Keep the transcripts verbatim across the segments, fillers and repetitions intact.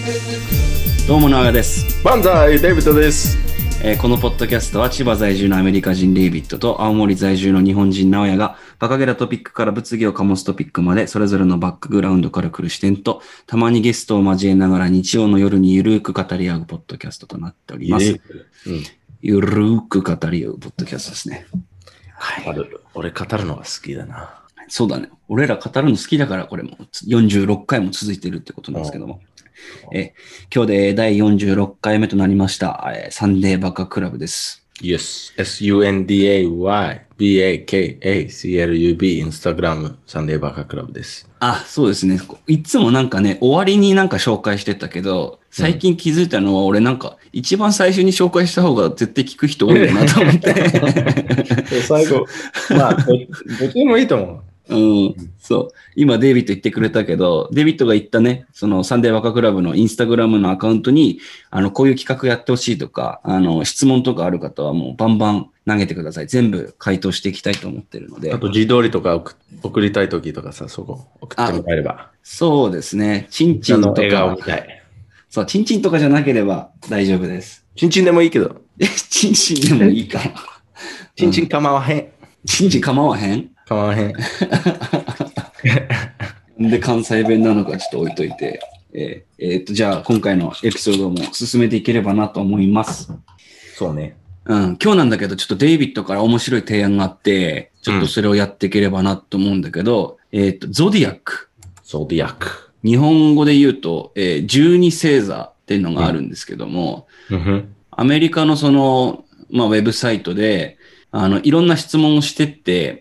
どうも直哉です。 万歳、デイビッドです、 えーこのポッドキャストは千葉在住のアメリカ人デイビッドと青森在住の日本人直哉がバカげたトピックから物議を醸すトピックまでそれぞれのバックグラウンドから来る視点とたまにゲストを交えながら日曜の夜にゆるーく語り合うポッドキャストとなっております。 うん、 ゆるーく語り合うポッドキャストですね。 はい。俺語るのが好きだな。 そうだね。俺ら語るの好きだからこれもよんじゅうろっかいも続いてるってことなんですけども。え今日でだいよんじゅうろっかいめとなりました、えサンデーバカクラブです。 Yes.エスユーエヌディーエーワイビーエーケーエーシーエルユービー インスタグラムサンデーバカクラブです。 あ、そうですね。いつもなんかね、終わりになんか紹介してたけど、最近気づいたのは、俺なんか一番最初に紹介した方が絶対聞く人多いよなと思って。 最後、まあ、どっちでもいいと思う。 うん、そう。今、デイビッド言ってくれたけど、デイビッドが言ったね、そのサンデーバカクラブのインスタグラムのアカウントに、あの、こういう企画やってほしいとか、あの、質問とかある方はもうバンバン投げてください。全部回答していきたいと思ってるので。 あと、自撮りとか送送りたいときとかさ、そこ送ってもらえれば。 そうですね。チンチンとか。 笑顔みたい。 そう、チンチンとかじゃなければ大丈夫です。 チンチンでもいいけど。 え、チンチンでもいいか。 チンチン構わへん。 チンチン構わへん構わへん。 で、関西弁なのかちょっと置いといて。えー、えー、っと、じゃあ今回のエピソードも進めていければなと思います。 そうね。 うん、今日なんだけど、ちょっとデイビッドから面白い提案があって、ちょっとそれをやっていければなと思うんだけど、うん、えー、っと、ゾディアック。 ゾディアック。 日本語で言うと、えー、十二星座っていうのがあるんですけども、 うんうん、 アメリカのその、まあ、ウェブサイトで、あの、いろんな質問をしてって、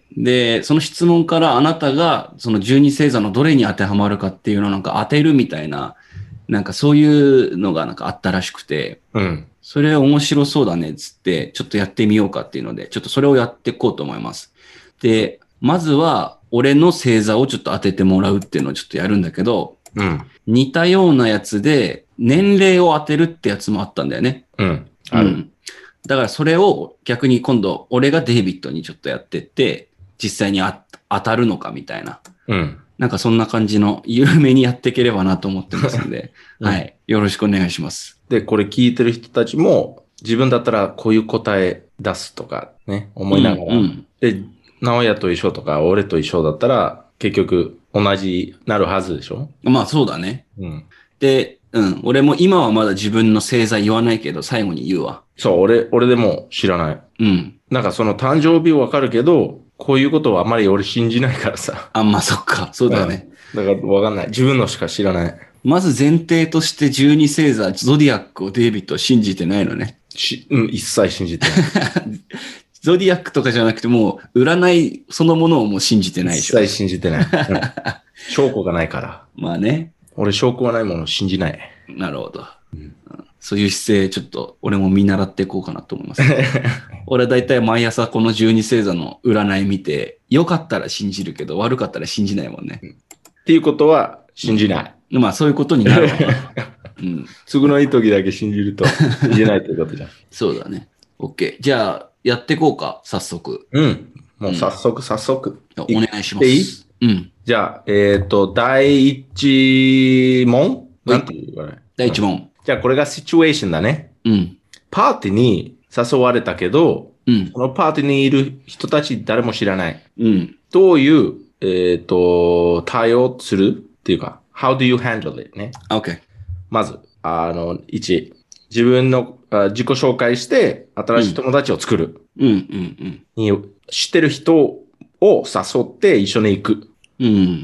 で、その質問からあなたがその十二星座のどれに当てはまるかっていうのをなんか当てるみたいな、なんかそういうのがなんかあったらしくて、 うん、 それ面白そうだねっつって、ちょっとやってみようかっていうので、ちょっとそれをやっていこうと思います。で、まずは俺の星座をちょっと当ててもらうっていうのをちょっとやるんだけど、 うん、 似たようなやつで年齢を当てるってやつもあったんだよね。 うん、 ある。うんだからそれを逆に今度俺がデイビッドにちょっとやってって、実際にあ当たるのかみたいな。 うん。 なんかそんな感じの緩めにやっていければなと思ってますんで、うん、はい。よろしくお願いします。 で、これ聞いてる人たちも自分だったらこういう答え出すとかね、思いながら。うんうん、で、直哉と一緒とか俺と一緒だったら結局同じなるはずでしょ？ まあそうだね。うん。で、うん。俺も今はまだ自分の星座言わないけど、最後に言うわ。 そう、俺、俺でも知らない。うん。なんかその誕生日わかるけど、こういうことはあまり俺信じないからさ。 あ、まあそっか。そうだね。 うん、だからわかんない。自分のしか知らない。 まず前提として十二星座、ゾディアックをデイビッドは信じてないのね。 し、うん、一切信じてない。 ゾディアックとかじゃなくてもう、占いそのものをもう信じてないでしょ。 一切信じてない。うん、証拠がないから。 まあね。 俺証拠がないものを信じない。 なるほど。うんそういう姿勢、ちょっと俺も見習っていこうかなと思います。俺はだいたい毎朝この十二星座の占い見て、良かったら信じるけど、悪かったら信じないもんね。 っていうことは信じない。 うん、まあそういうことになるわな。 うん。都合のいい時だけ信じると信じないということじゃん。 そうだね。OK。じゃあ、やっていこうか、早速。 うん。もう早速、うん、早速。 お願いします。 いい？うん。じゃあ、えっ、ー、と、第一問なんていうかね。 第一問。 うんじゃあこれがシチュエーションだね。うん。パーティーに誘われたけど、うん。そのパーティーにいる人たち誰も知らない。うん。どういう、えっ、ー、と、対応するっていうか、how do you handle it ね。 OK。 まず、あの、一、自分のあ自己紹介して新しい友達を作る。うん、うん、うん。知ってる人を誘って一緒に行く。うん。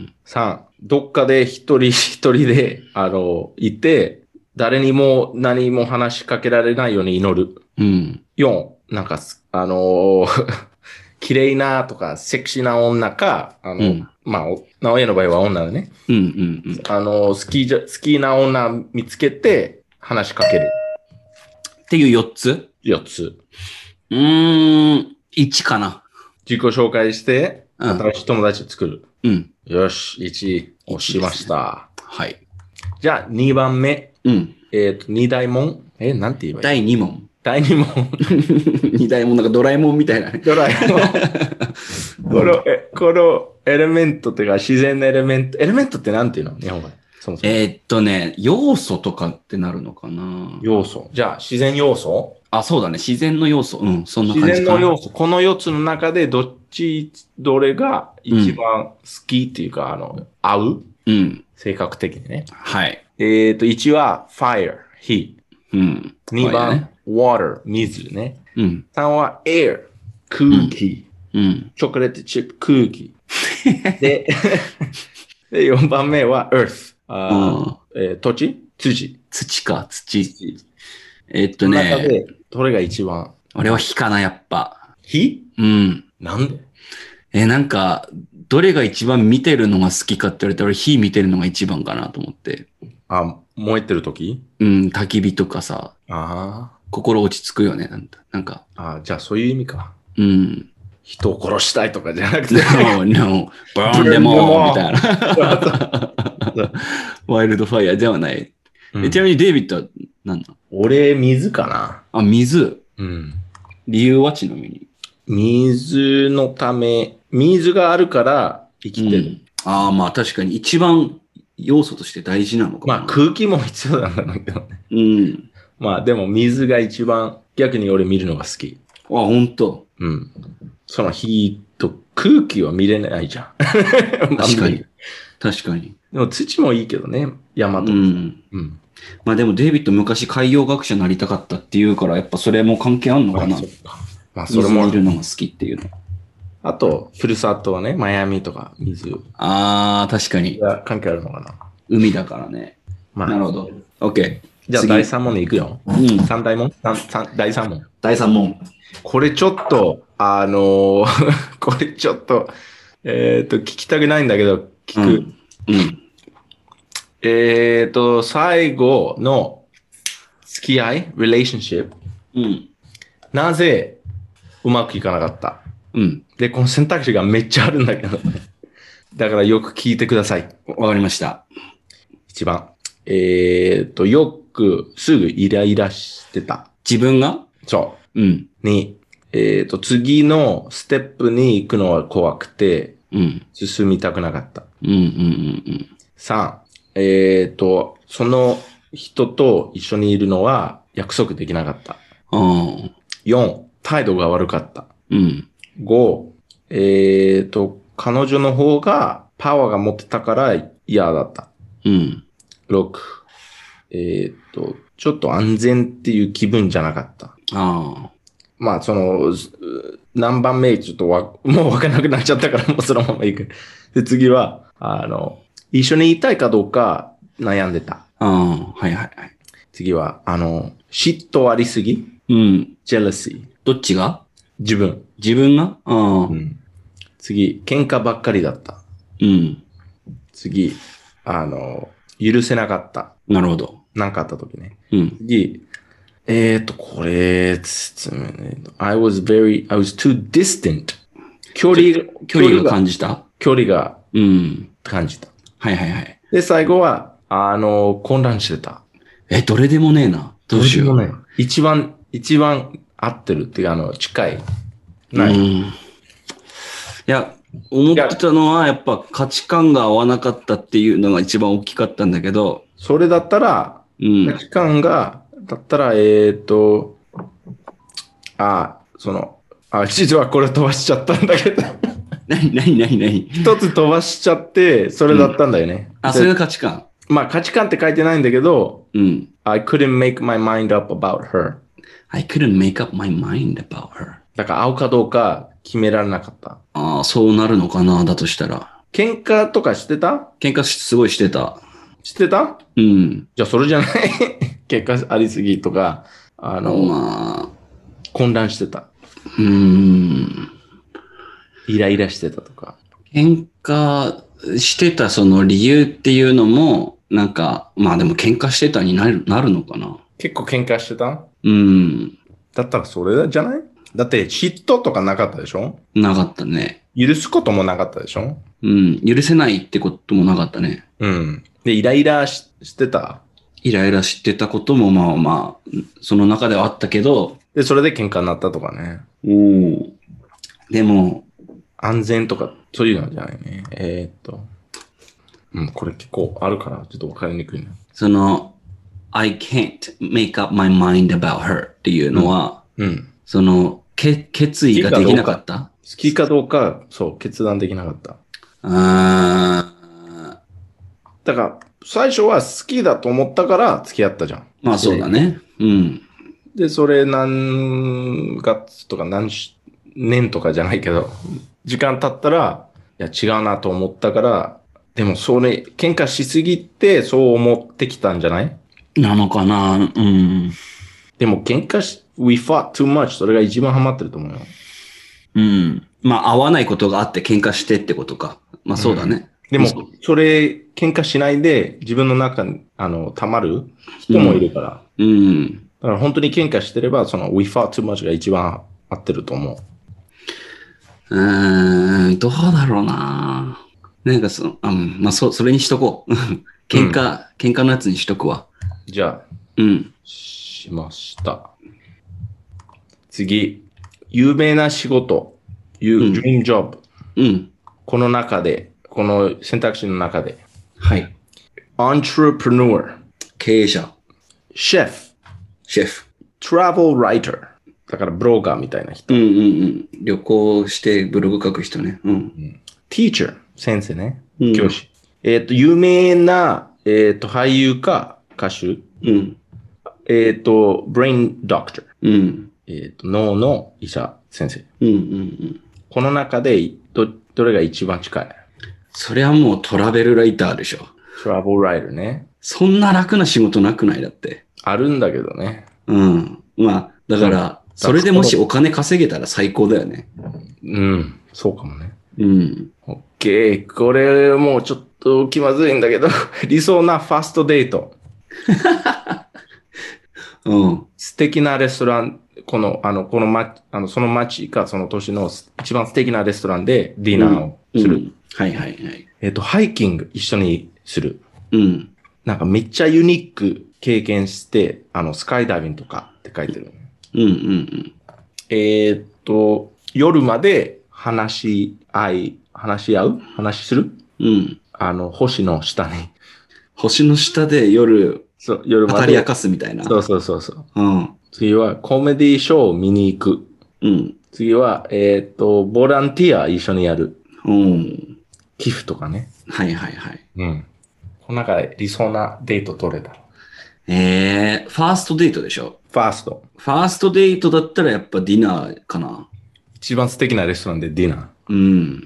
三、どっかで一人一人で、あの、いて、誰にも何も話しかけられないように祈る。うん。よん、なんか、あのー、綺麗なとか、セクシーな女か、あの、うん、まあ、直哉の場合は女だね。うんうんうん。あの、好きじゃ、好きな女見つけて話しかける。 っていうよっつ ? よっ つ。 うーん、いちかな。 自己紹介して、新しい友達作る。うん。よし、いち押しました。 はい。 じゃあ、にばんめ。うん。えっ、ー、と、二大問え、なんて言えばいい？ だいに問。 だいに問。 二大問、なんかドラえもんみたいなね。 ドラえもん。この、え、このエレメントっていうか、自然のエレメント、エレメントってなんていうの日本語で。 そもそも。 えー、っとね、要素とかってなるのかな。 要素。じゃあ、自然要素あ、そうだね。自然の要素。うん、そんな感じかな。 自然の要素。このよっつの中で、どっち、どれが一番好きっていうか、うん、あの、合ううん。性格的にね。 はい。 えっと、いちは fire、火。 うん。 にばん、ね、water、水ね。 うん。 さんは air、空気。うん。チョコレートチップ、空気。で、で、よんばんめは earth、あ、うん、えー、土地土。 土か、土。土えー、っとね。 その中で、どれが一番俺は火かな、やっぱ。 火うん。 なんでえー、なんか、どれが一番見てるのが好きかって言われたら、俺火見てるのが一番かなと思って。 あ、燃えてる時うん、焚き火とかさ。 ああ。 心落ち着くよね、なんなんか。 ああ、じゃあそういう意味か。 うん。 人を殺したいとかじゃなくて。 No, no, burn them all! みたいな。ワイルドファイアではない。うん、えちなみにデイビッドは何なの？ 俺、水かな。 あ、水。 うん。 理由はちなみに。 水のため、水があるから生きてる。うん、 ああ、まあ確かに一番要素として大事なのかも。 まあ空気も必要なんだろうけどね。うん。まあでも水が一番逆に俺見るのが好き。 あ、ほんと。 うん。その火と空気は見れないじゃん。 確かに。確かに。 でも土もいいけどね、山とか。うん。 うん。まあでもデイビッド昔海洋学者になりたかったっていうから、やっぱそれも関係あんのかな。まあそれも。水見るのが好きっていうの。 あと、ふるさとはね、マイアミとか水。 ああ、確かに。 関係あるのかな。 海だからね。まあ、なるほど。OK。 じゃあ、だいさん問でいくよ。うん。さん大問三三だいさん問。 だいさん問。 これちょっと、あのー、これちょっと、えっ、ー、と、聞きたくないんだけど、聞く。うん。うん、えっ、ー、と、最後の付き合い relationship。うん。なぜうまくいかなかった？うん。で、この選択肢がめっちゃあるんだけど。だからよく聞いてください。 わかりました。 一番。えっ、ー、と、よくすぐイライラしてた。 自分が？ そう。うん。に、えっ、ー、と、次のステップに行くのは怖くて、うん。進みたくなかった。うんうんうんうん。さん、えっ、ー、と、その人と一緒にいるのは約束できなかった。うん。よん、態度が悪かった。うん。ご、えっ、ー、と、彼女の方がパワーが持ってたから嫌だった。うん。ろく、えっ、ー、と、ちょっと安全っていう気分じゃなかった。ああ。まあ、その、何番目ちょっとわ、もうわからなくなっちゃったからもうそのまま行く。で、次は、あの、一緒にいたいかどうか悩んでた。ああ、はいはいはい。次は、あの、嫉妬ありすぎ？うん。jealousy。 どっちが？ 自分。 自分が？ああ。 うん。次、喧嘩ばっかりだった。うん。次、あの、許せなかった。 なるほど。 なんかあった時ね。うん。次、えっ、ー、と、これ、I was very, I was too distant. 距離、 距離が感じた？ 距離が、うん、感じた。 はいはいはい。 で、最後は、あの、混乱してた。 え、どれでもねえな。どうしよう。 どれでもねえ。一番、一番合ってるっていうか、あの、近い。ない。うん。いや、思ってたのは、やっぱ価値観が合わなかったっていうのが一番大きかったんだけど。 それだったら、うん、価値観が、だったら、えっ、ー、と、あ、その、あ、実はこれ飛ばしちゃったんだけど。 なになになになに一つ飛ばしちゃって、それだったんだよね。 うん、あ、それが価値観。 まあ価値観って書いてないんだけど、うん。I couldn't make my mind up about her.I couldn't make up my mind about her. だから会うかどうか決められなかった。 ああ、そうなるのかな、だとしたら。 喧嘩とかしてた？ 喧嘩すごいしてた。 してた？うん。じゃあそれじゃない喧嘩ありすぎとか、あの、まあ、混乱してた。うーん。イライラしてたとか。 喧嘩してたその理由っていうのも、なんか、まあでも喧嘩してたになる、なるのかな。 結構喧嘩してた？うん。だったらそれじゃない？だって嫉妬とかなかったでしょ？ なかったね。 許すこともなかったでしょ？ うん。許せないってこともなかったね。 うん。で、イライラ し, してたイライラしてたこともまあまあ、その中ではあったけど。 で、それで喧嘩になったとかね。 おお。でも。 安全とか、そういうのじゃないね。えー、っと。 うん、これ結構あるから、ちょっとわかりにくいな。 その、I can't make up my mind about her っていうのは、うんうん、その、け、決意ができなかった？ 好きかどうか、そう、決断できなかった。 あだから、最初は好きだと思ったから付き合ったじゃん。 まあそうだね。うん。 で、それ何月とか何年とかじゃないけど、時間経ったら、いや違うなと思ったから、でもそれ、喧嘩しすぎてそう思ってきたんじゃないなのかな。うん。 でも喧嘩し、we fought too much それが一番ハマってると思うよ。 うん。まあ合わないことがあって喧嘩してってことか。まあそうだね。 うん、でも、それ、喧嘩しないで自分の中に、あの、溜まる人もいるから。 うん。うん、 だから本当に喧嘩してれば、その we fought too much が一番合ってると思う。 うーん、どうだろうな。なんかその、うん、まあそ、それにしとこう。喧嘩、うん、喧嘩のやつにしとくわ。 じゃあ、 うん。 しました。次、有名な仕事、いう、うん、dream job。 うん。 この中で、この選択肢の中で。 はい。 entrepreneur。 経営者。 シェフ。 シェフ。 travel writer。だからブロガーみたいな人。 うんうんうん。旅行してブログ書く人ね。うん。うん、 teacher。先生ね。教師。うん、えっ、ー、と、有名な、えっ、ー、と、俳優か歌手。 うん。 えっ、ー、と、brain doctor。 うん。 えっ、ー、と、脳の医者先生。 うんうんうん。 この中で、ど、どれが一番近い？ それはもうトラベルライターでしょ。 トラベルライターね。 そんな楽な仕事なくない？だって。 あるんだけどね。 うん。まあ、だから、それでもしお金稼げたら最高だよね。 うん。そうかもね。 うん。 オッケー。これもうちょっと気まずいんだけど、理想なファーストデート。 うん。 素敵なレストラン、この、あの、このま、あの、その街かその都市の一番素敵なレストランでディナーをする。うんうん、 はいはいはい。 えっと、ハイキング一緒にする。 うん。 なんかめっちゃユニーク経験して、あの、スカイダイビングとかって書いてる。 うんうんうん。 えっと、夜まで話し合い、話し合う話するうん。 あの、星の下に。 星の下で夜、 そう、夜まで。 語り明かすみたいな。 そうそうそうそう。 うん。 次はコメディショーを見に行く。 うん。 次は、えっと、ボランティア一緒にやる。 うん。 寄付とかね。 はいはいはい。 うん。この中で理想なデート取れた。 えー、ファーストデートでしょ？ ファースト。 ファーストデートだったらやっぱディナーかな。 一番素敵なレストランでディナー。 うん。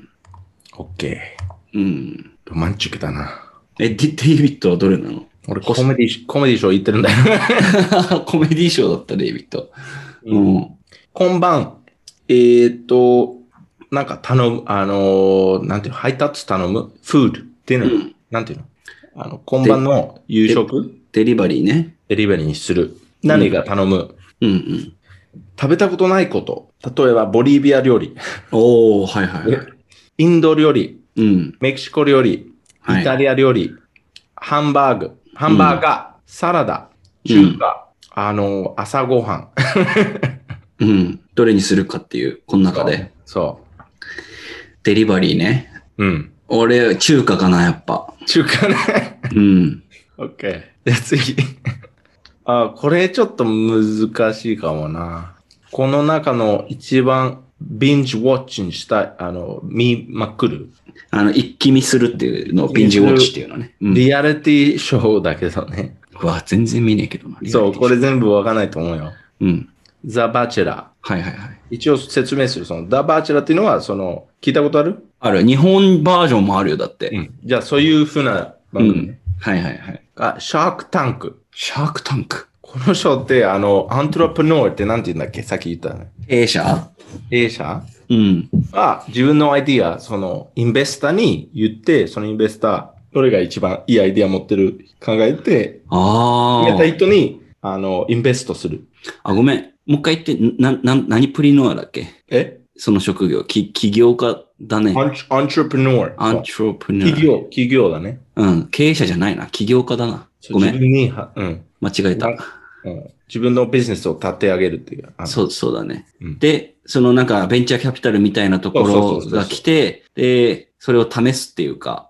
オッケー。うん。 ロマンチックだな。 え、ディ、デイビッドはどれなの？ 俺コメディ、コメディショー行ってるんだよ。 コメディショーだった、デイビッド。うん。 今晩、えーっと、なんか頼む、あのー、なんていうの、ハイタッチ頼む、フード、ディナー、うん、なんていうの、あの、今晩の夕食デリバリーね。 デリバリーにする。何が頼む、 うん、うんうん食べたことないこと。例えば、ボリビア料理。 おー、はいはいはい。 インド料理。 うん。 メキシコ料理。イタリア料理。はい、ハンバーグ。ハンバーガー。うん、サラダ。中華。うん、あの、朝ごはん。 うん。どれにするかっていう、この中で。 そう。 デリバリーね。 うん。 俺、中華かな、やっぱ。 中華ね。 うん。 オッケー。じゃあ次。あ、これちょっと難しいかもな。この中の一番ビンジウォッチにしたい、あの、見まくる。 あの、一気見するっていうのをビンジウォッチっていうのね。 うん、リアリティショーだけどね。 うわ、全然見ねえけどな。 そう、これ全部わかんないと思うよ。 うん。 ザ・バチェラー。 はいはいはい。 一応説明する。その、ザ・バチェラーっていうのは、その、聞いたことある？ ある。日本バージョンもあるよ、だって。 うん、じゃあ、そういう風な番組、ね。うん。 はいはいはい。 あ、シャークタンク。 シャークタンク。 この人って、あの、アントレプノーってなんて言うんだっけ？さっき言ったね。 経営者？ 経営者？ うん。 は、自分のアイディア、その、インベスターに言って、そのインベスター、どれが一番いいアイディア持ってる考えて、 ああ。 決めた人に、あの、インベストする。 あ、ごめん。もう一回言って、な、な、何プリノアだっけ？ え？ その職業。き、起業家だね。 アントレプノー。 アントレプノー。 企業、企業だね。 うん。経営者じゃないな。起業家だな。ごめん。 自分に、うん。 間違えた。 うん、自分のビジネスを立て上げるっていう。 そう、そうだね、うん。で、そのなんかベンチャーキャピタルみたいなところが来て、で、それを試すっていうか、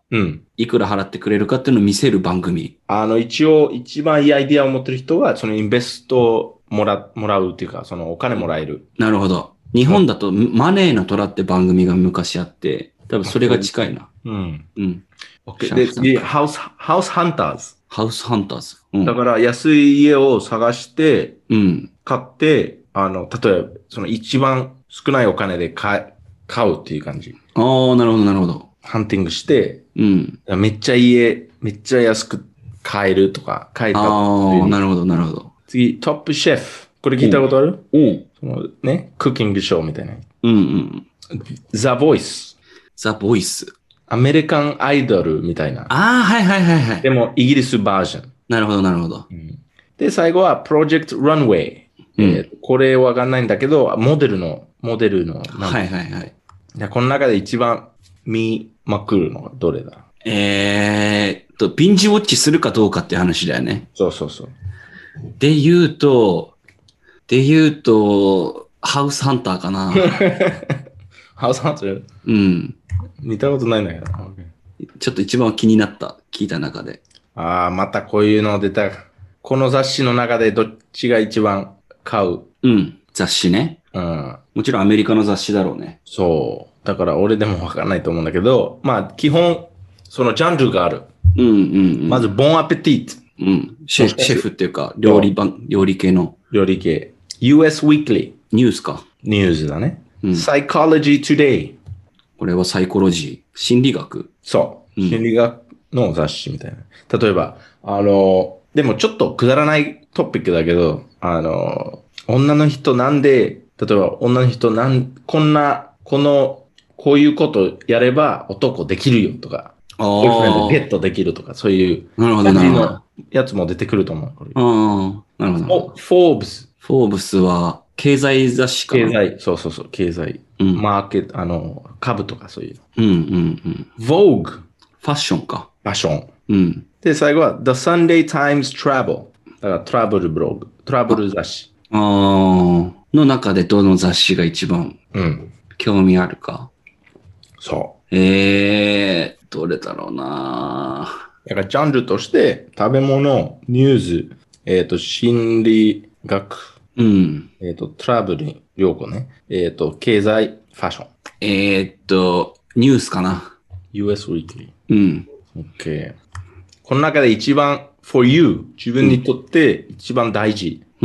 うん。 いくら払ってくれるかっていうのを見せる番組。 あの、一応、一番いいアイディアを持ってる人は、そのインベストをもら、もらうっていうか、そのお金もらえる。 なるほど。日本だとマネーの虎って番組が昔あって、多分それが近いな。 うん。 うん。 OK。で、次、ハウス、ハウスハンターズ。 ハウスハンターズ。うん、だから、安い家を探して、 うん。 買って、あの、例えば、その一番少ないお金で買、買うっていう感じ。 ああ、なるほど、なるほど。 ハンティングして、 うん。 めっちゃ家、めっちゃ安く買えるとか、買えた。 ああ、なるほど、なるほど。 次、トップシェフ。これ聞いたことある？ うん。 そのね、クッキングショーみたいな。 うんうん。 ザ・ボイス。 ザ・ボイス。 アメリカンアイドルみたいな。 ああ、はいはいはいはい。 でも、イギリスバージョン。 なるほど、なるほど。 うん、で、最後は、プロジェクト・ランウェイ。うん、えー、これわかんないんだけど、モデルの、モデルの。 はいはいはい。 いや、この中で一番見まくるのはどれだ？ えーっと、ビンジウォッチするかどうかって話だよね。 そうそうそう。 で言うと、で言うと、ハウスハンターかな。 ハウスハンター？ うん。 見たことないんだけど。 ちょっと一番気になった、聞いた中で。 ああ、またこういうの出た。この雑誌の中でどっちが一番買う？ うん。雑誌ね。 うん。 もちろんアメリカの雑誌だろうね。 そう。だから俺でもわかんないと思うんだけど、まあ基本、そのジャンルがある。 うんうん、うん。 まず、ボンアペティート。 うん。シェフ、シェフっていうか、料理番、料理系の。 料理系。ユーエス Weekly。 ニュースか。 ニュースだね。 うん、 Psychology Today。 これはサイコロジー。心理学。 そう。うん、心理学の雑誌みたいな。例えば、あの、でもちょっとくだらないトピックだけど、あの、女の人なんで、例えば女の人なん、こんな、この、こういうことやれば男できるよとか、ボーイフレンドゲットできるとか、そういう感じのやつも出てくると思う。 ああ、なるほど。 フォーブス。 フォーブスは経済雑誌かな。 経済、そうそうそう、経済。うん、マーケット、あの、株とかそういう。 うんうんうん。 Vogue。 ファッションか。 ファッション。 うん。 で、最後は The Sunday Times Travel。だからトラブルブログ。トラブル雑誌。 ああ、の中でどの雑誌が一番興味あるか。 うん、そう。 ええー、どれだろうな。 だからジャンルとして食べ物、ニュース、えっ、ー、と、心理学、 うん。 えっ、ー、と、トラブル、両方ね。えっ、ー、と、経済、ファッション。 えー、っと、ニュースかな。 ユーエス Weekly。 うん。 OK。この中で一番 for you、自分にとって一番大事。 うん。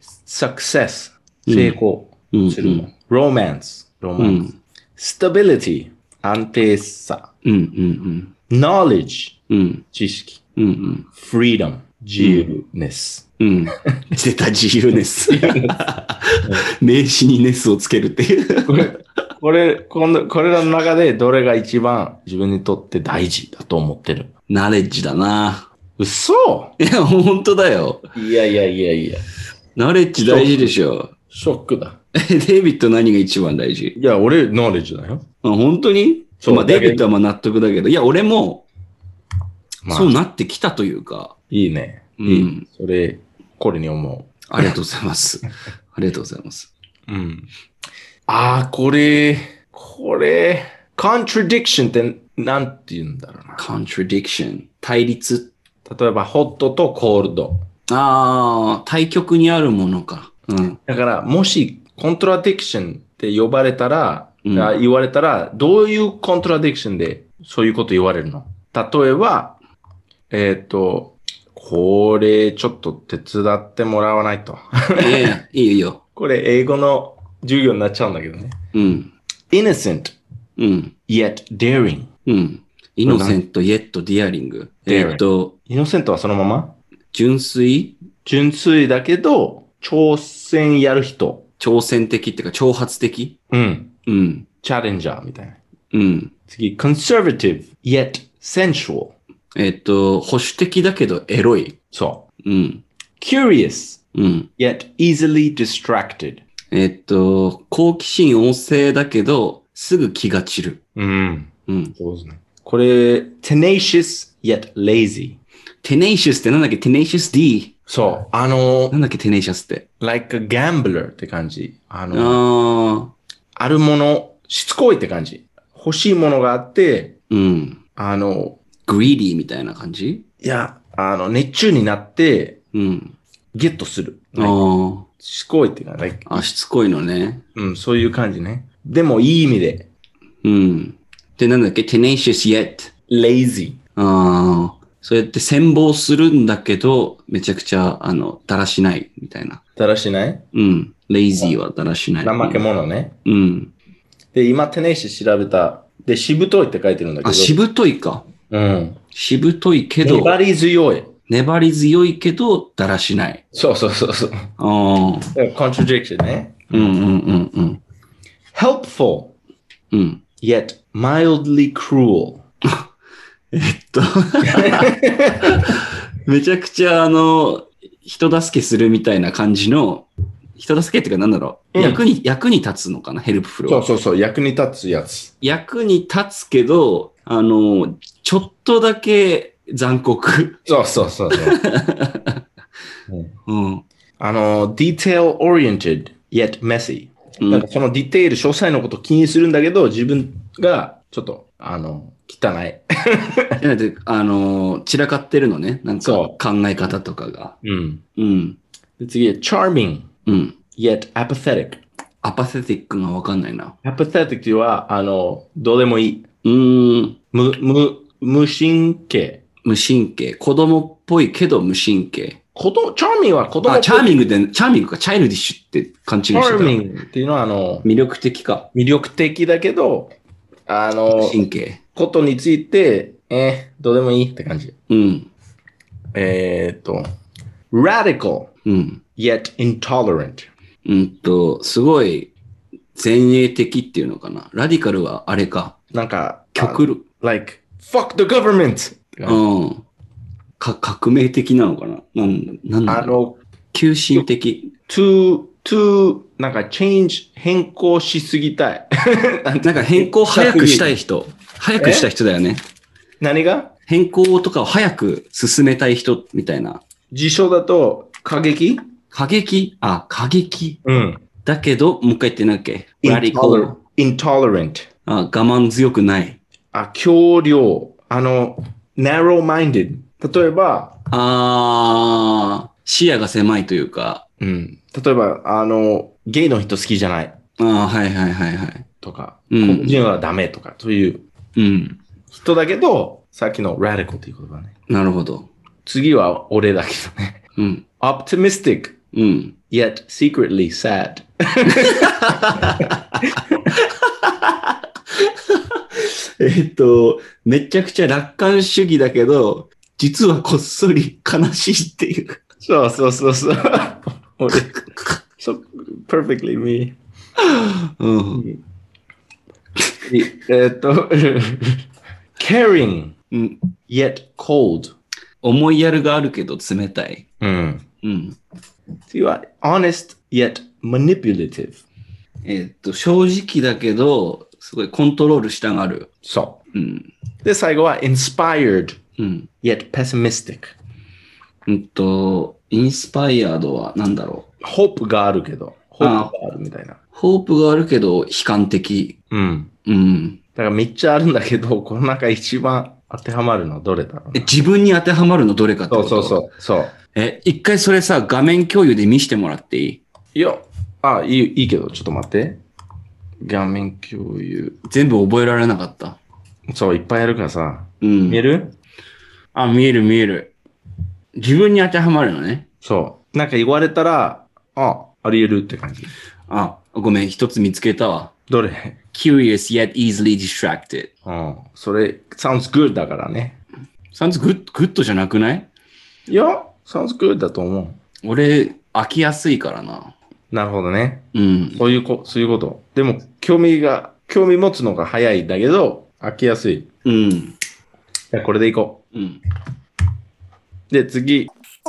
success、成功するの。 うん、 romance、ロマンス。うん、stability、安定さ。 うんうんうん、knowledge、 うん、 知識。 うんうん、 freedom、自由ネス。 うん。出た自由ネス。名詞にネスをつけるっていうこれ、これ、この、これらの中でどれが一番自分にとって大事だと思ってる？ ナレッジだな。 嘘？ いや、本当だよ。 いやいやいやいや。 ナレッジ大事でしょ。 ショックだ。 デイビッド何が一番大事？ いや、俺、ナレッジだよ。 あ、本当に？そう。まあ、デイビッドはまあ納得だけど、いや、俺も、まあ、そうなってきたというか。 いいね。 うん。 それ、これに思う。 ありがとうございます。ありがとうございます。 うん。ああ、これ、これ、contradiction ってなんて言うんだろうな。 contradiction。対立。 例えば、ホットとコールド。 ああ、対極にあるものか。うん。 だから、もし、コントラディクションって呼ばれたら、うん、言われたら、どういうコントラディクションでそういうこと言われるの？例えば、えっ、ー、と、これ、ちょっと手伝ってもらわないと。 いや、いいよいいよ。 これ、英語の授業になっちゃうんだけどね。 うん。 innocent, うん。 yet daring. うん。innocent, yet daring. えっと、 innocent はそのまま？ 純粋？ 純粋だけど、挑戦やる人。 挑戦的っていうか、挑発的？ うん。 うん。 チャレンジャーみたいな。 うん。 次、conservative, yet sensual. えっと、保守的だけどエロい。 そう。 うん。 curious, うん。 yet easily distracted. えっと、好奇心旺盛だけど、すぐ気が散る。 うん。 うん。 そうですね。これ、tenacious, yet lazy. tenacious ってなんだっけ？ tenacious D。 そう。あのー、 なんだっけ tenacious って。 like a gambler って感じ。あのー、あ, あるもの、しつこいって感じ。欲しいものがあって、 うん。 あの、 グリーディーみたいな感じ？ いや、あの、熱中になって、 うん。 ゲットする。 ああ。 しつこいっていうか、like、 あ、しつこいのね。 うん、そういう感じね。でも、いい意味で。 うん。で、なんだっけ tenacious yet lazy。 ああ。そうやって羨望するんだけど、めちゃくちゃ、あの、だらしないみたいな。 だらしないうん。lazy はだらしない。 怠け者ね。 うん。 で、今、テネシ調べた。で、しぶといって書いてるんだけど。 あ、しぶといか。 うん。 しぶといけど。 粘り強い。 粘り強いけど、だらしない。 そうそうそうそう。 ああ。 contradiction ね。 うんうんうんうん。 helpful. うん。 yet mildly cruel. えっと。めちゃくちゃあの、人助けするみたいな感じの、人助けっていうかなんだろう、うん、役に、役に立つのかな、ヘルプフルは。 そうそうそう、役に立つやつ。 役に立つけど、あの、ちょっとだけ残酷。 そうそうそうそう。うん、あの、detail oriented yet messy。なんかそのディテール、詳細のこと気にするんだけど、自分がちょっと、あの、汚い。 あの、散らかってるのね。なんか考え方とかが。 うん。 うん。 で次は charming。 うん。 yet apathetic。 アパセティックがわかんないな。 apathetic っていうのは、あの、どうでもいい。 うーん。 無、無、無神経。 無神経。子供っぽいけど無神経。 子供、チャーミングは子供っぽい。 あ、チャーミングで、チャーミングか、チャイルディッシュって勘違いしてた。チャーミングっていうのは、あの、 魅力的か。 魅力的だけど、あの、 神経。 ことについて、えー、どうでもいいって感じ。 うん。 えーっと、radical。 うん。 yet intolerant。 うんと、すごい前衛的っていうのかな。ラディカルはあれか。 なんか、 極力。 like, fuck the government! うん。か、革命的なのかな。なん、なんだろう。あの、急進的。 to, to, なんか change 変更しすぎたい。 なんか変更早くしたい人。早くしたい人だよね。 何が変更とかを早く進めたい人みたいな。 辞書だと、過激過激あ、過激。 うん。 だけど、もう一回言ってなっけ radical intolerant。 あ、我慢強くない。 あ、強量。あの、narrow-minded。例えば、 あー、視野が狭いというか。 うん。例えば、あの、ゲイの人好きじゃない。 ああ、はいはいはいはい。 とか、 うん、 黒人はダメとか、そういう人だけど、さっきの radical っていう言葉ね。 なるほど。 次は俺だけどね。 うん。 optimistic。 うん。 yet secretly sad。 えっと、めちゃくちゃ楽観主義だけど、実はこっそり悲しいっていう。 そうそうそうそう。俺、so perfectly me。 うん。 えっと、caring、 うん、 yet cold。 思いやるがあるけど冷たい。 うん。 うん。 次は honest yet manipulative。 えっと、正直だけど、すごいコントロールしたがる。 そう。 うん。 で、最後は inspired、 うん、 yet pessimistic。 うんと、インスパイアードは何だろう。ホープがあるけど、ホープがあるみたいな。 ホープがあるけど、悲観的。 うん。 うん。 だからめっちゃあるんだけど、この中一番当てはまるのはどれだろうえ、自分に当てはまるのどれかってこと？ そうそうそう。そう。 え、一回それさ、画面共有で見せてもらっていい？ いや、あ、いい、いいけど、ちょっと待って。画面共有。 全部覚えられなかった。 そう、いっぱいあるからさ。 うん。 見える？ あ、見える見える。自分に当てはまるのね。 そう。なんか言われたら、あ、あり得るって感じ。 あ、ごめん、一つ見つけたわ。 どれ？ Curious yet easily distracted。 うん。それ、sounds good だからね。 sounds good, good じゃなくない？ いや、sounds good だと思う。 俺、飽きやすいからな。 なるほどね。 うん。 そういうこ、そういうこと。でも、興味が、興味持つのが早いんだけど、飽きやすい。 うん。 じゃあこれでいこう。うん。 で、次。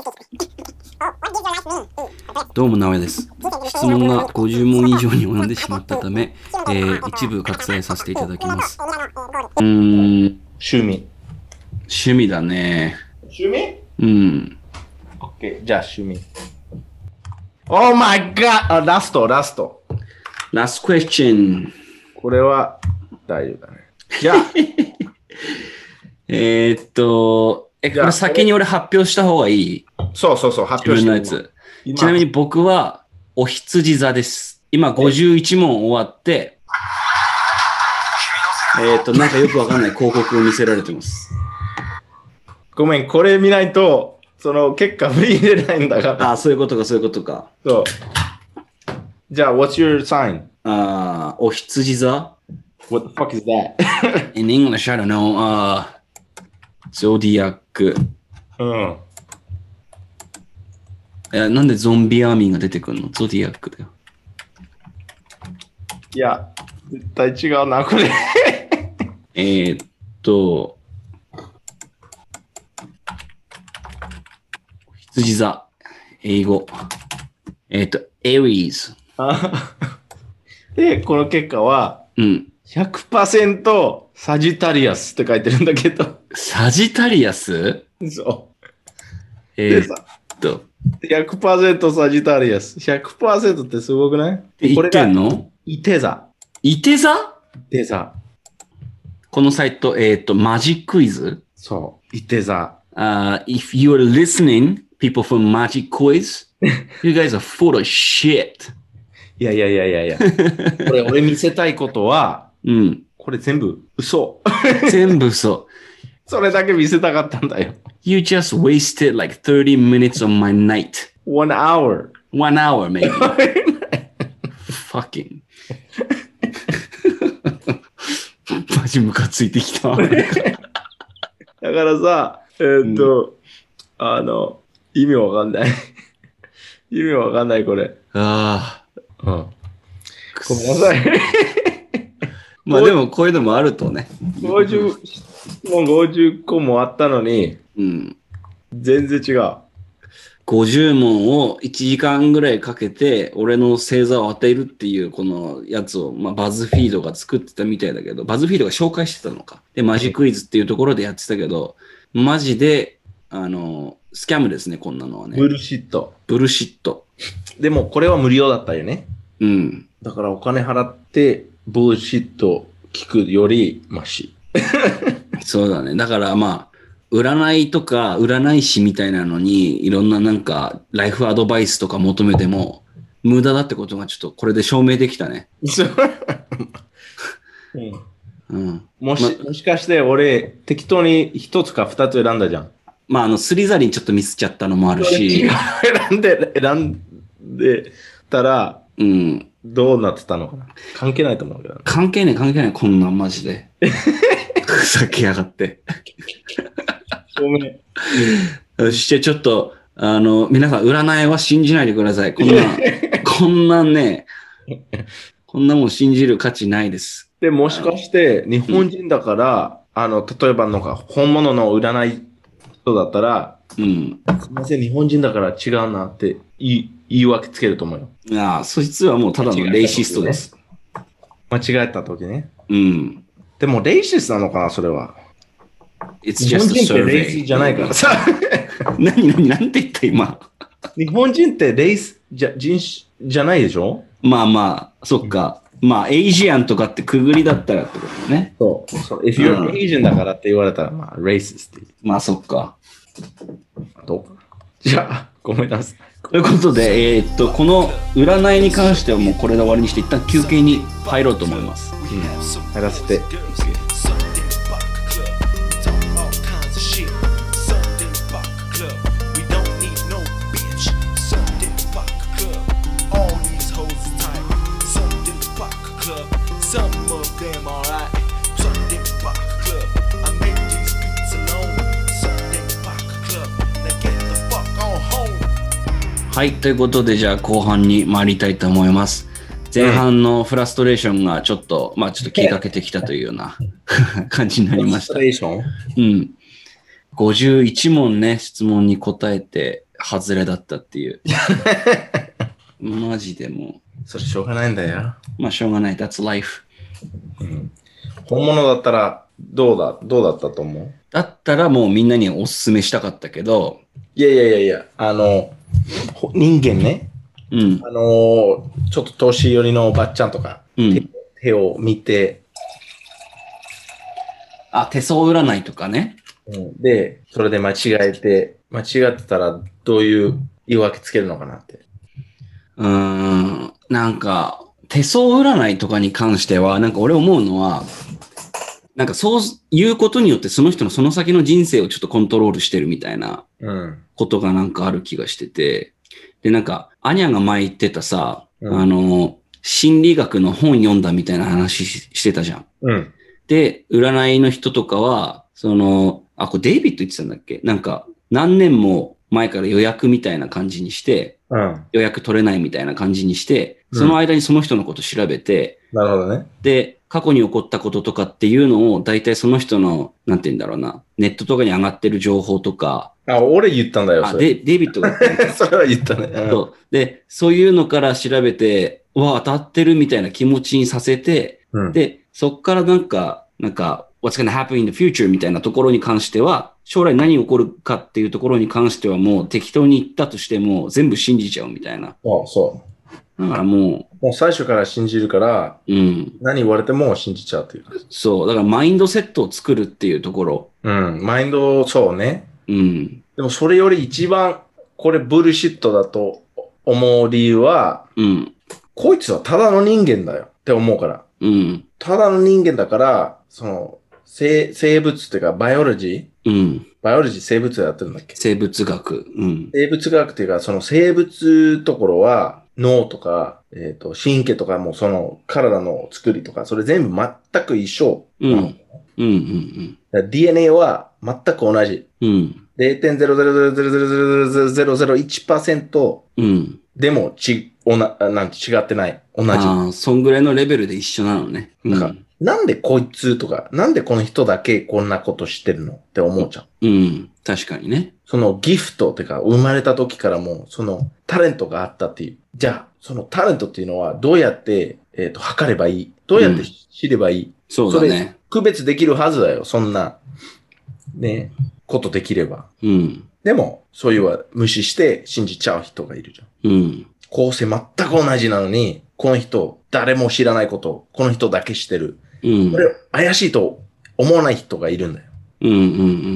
どうも、直江です。質問がごじゅう問以上に及んでしまったため、えー、一部割愛させていただきます。うーん。 趣味。 趣味だね。 趣味？ うん。 OK。じゃあ趣味。Oh my god! あ、ラスト、ラスト。 Last question。 これは大丈夫だね。じゃあ、 えーっと、え、これ先に俺発表した方がいい？ そうそうそう、発表して自分のやつ。ちなみに僕は、お羊座です。今ごじゅういち問終わって、えーっと、なんかよくわかんない広告を見せられてます。 ごめん、これ見ないと、その結果見れないんだから。 あ、そういうことか、そういうことか。 そう。じゃあ、what's your sign? あ、お羊座 What the fuck is that? In English, I don't know. あ、ゾディアック。 うん。 いや、なんでゾンビアーミーが出てくるの？ゾディアックだよ。 いや、絶対違うな、これ。 えーっと、羊座、英語。えーっと、エリーズ。 で、この結果は、うん、ひゃくパーセント サジタリアスって書いてるんだけど。 サジタリアス？ そう。 えー、っと。 ひゃくパーセント サジタリアス。ひゃくパーセント ってすごくない？ 言ってんの？ いて座。 いて座？ いて座。 このサイト、えー、っと、マジッククイズ？ そう。いて座。 Uh, if you're listening, people from Magic Quiz, you guys are full of shit. いやいやいやいやいや。これ俺見せたいことは、うん。これ全部嘘。 全部嘘。 それだけ見せたかったんだよ。 You just wasted like thirty minutes of my night. One hour. One hour, maybe. Fucking. マジムカついてきた。だからさ、えー、っと、うん、あの、意味わかんない。意味わかんない、これ。 ああ。うん。 ごめんなさい。 まあでもこういうのもあるとね。 ごじゅう、もうごじゅっこもあったのに、うん、全然違う。 ごじゅう問をいちじかんぐらいかけて、俺の星座を当てるっていうこのやつを、まあ、バズフィードが作ってたみたいだけど、バズフィードが紹介してたのか。で、マジクイズっていうところでやってたけど、マジで、あの、スキャムですね、こんなのはね。 ブルシット。 ブルシット。 でも、これは無料だったよね。 うん。 だからお金払って、ブルシット聞くよりマシ。 そうだね。だからまあ、占いとか占い師みたいなのにいろんななんかライフアドバイスとか求めても無駄だってことがちょっとこれで証明できたね。 うんうん、もし、ま、もしかして俺適当に一つか二つ選んだじゃん。 まああのスリザリンちょっとミスっちゃったのもあるし。 選んで、選んでたら、うん、どうなってたのかな。関係ないと思うけど、ね。 関係ない関係ないこんなんマジで。ふざけやがって。 ごめん。 よし、じゃあちょっと、あの、皆さん占いは信じないでください。こんな、こんなね、こんなもん信じる価値ないです。 で、もしかして日本人だから、うん、あの、例えばのか、本物の占い人だったら、うん。すみません、日本人だから違うなって言い、言い訳つけると思うよ。 ああ、そいつはもうただのレイシストです。 間違えた時ね。 うん。 でも、レイシストなのかな、それは。 It's just a survey. 日本人ってレイスじゃないからさ。 何何なんて言った今。 日本人ってレイスじゃ人種じゃないでしょ？ まあまあ、そっか。まあ、エイジアンとかってくぐりだったらってことね。 そう。そう。If you're Asian だからって言われたら、まあ、レイスって。 まあ、そっか。 どうかな。じゃあ、ごめんなさい。 ということで、えー、っと、この占いに関してはもうこれで終わりにして、一旦休憩に入ろうと思います。 うん。入らせて。 はい、ということでじゃあ後半に参りたいと思います。前半のフラストレーションがちょっと、まあちょっと切りかけてきたというような感じになりました。 フラストレーション？ うん。ごじゅういち問ね、質問に答えて外れだったっていう。マジでもう。それしょうがないんだよ。 まあしょうがない。That's life。 うん、本物だったらどうだ、どうだったと思う？ だったらもうみんなにおすすめしたかったけど。 いやいやいやいや、あの、人間ね。うん。あの、ちょっと年寄りのおばっちゃんとか、うん、手, 手を見て。 あ、手相占いとかね。 うん、で、それで間違えて、間違ってたらどういう言い訳つけるのかなって。 うーん、なんか、手相占いとかに関しては、なんか俺思うのは、なんかそういうことによってその人のその先の人生をちょっとコントロールしてるみたいなことがなんかある気がしてて、で、なんか、アニャが前言ってたさ、うん、あの、心理学の本読んだみたいな話してたじゃん。 うん、 で、占いの人とかは、その、あ、これデイビッド言ってたんだっけ？なんか、何年も前から予約みたいな感じにして、うん、予約取れないみたいな感じにして、その間にその人のこと調べて、 うん、なるほどね。 で、過去に起こったこととかっていうのを、大体その人の、なんて言うんだろうな、ネットとかに上がってる情報とか。 あ、俺言ったんだよ、 あ、で、デイビッドが言ったんだ。 それは言ったね、 うん。そう。で、そういうのから調べて、うわ、当たってるみたいな気持ちにさせて、うん、で、そっからなんか、なんか、what's gonna happen in the future みたいなところに関しては、将来何起こるかっていうところに関してはもう適当に言ったとしても全部信じちゃうみたいな。 あ、そう。 だからもう。もう最初から信じるから、 うん。 何言われても信じちゃうという。 そう。だからマインドセットを作るっていうところ。 うん。マインド、そうね。 うん。 でもそれより一番、これブルシットだと思う理由は、 うん。 こいつはただの人間だよって思うから。 うん。 ただの人間だから、その、生、生物っていうか、バイオロジーうん。 バイオロジー生物やってるんだっけ？ 生物学。うん。 生物学っていうか、その生物ところは、脳とか、えっ、ー、と、神経とかもその体の作りとか、それ全部全く一緒なの。うん。 うんうんうん。ディーエヌエー は全く同じ。 うん。 ゼロてんゼロゼロゼロゼロゼロゼロゼロゼロいちパーセント でもち、おな、なんて違ってない。同じ。 ああ、そんぐらいのレベルで一緒なのね。 うん、なんか、なんでこいつとか、なんでこの人だけこんなことしてるのって思っちゃう。うん。確かにね。 そのギフトっていうか、生まれた時からも、そのタレントがあったっていう。じゃあ、そのタレントっていうのはどうやって、えっと、測ればいい？どうやって知ればいい？うん、 そうだね。それ、 区別できるはずだよ。そんな、ね、ことできれば。 うん。 でも、そういうは無視して信じちゃう人がいるじゃん。 うん。 構成全く同じなのに、この人、誰も知らないことを、この人だけ知ってる。 うん。 これ、怪しいと思わない人がいるんだよ。 うんうんうん、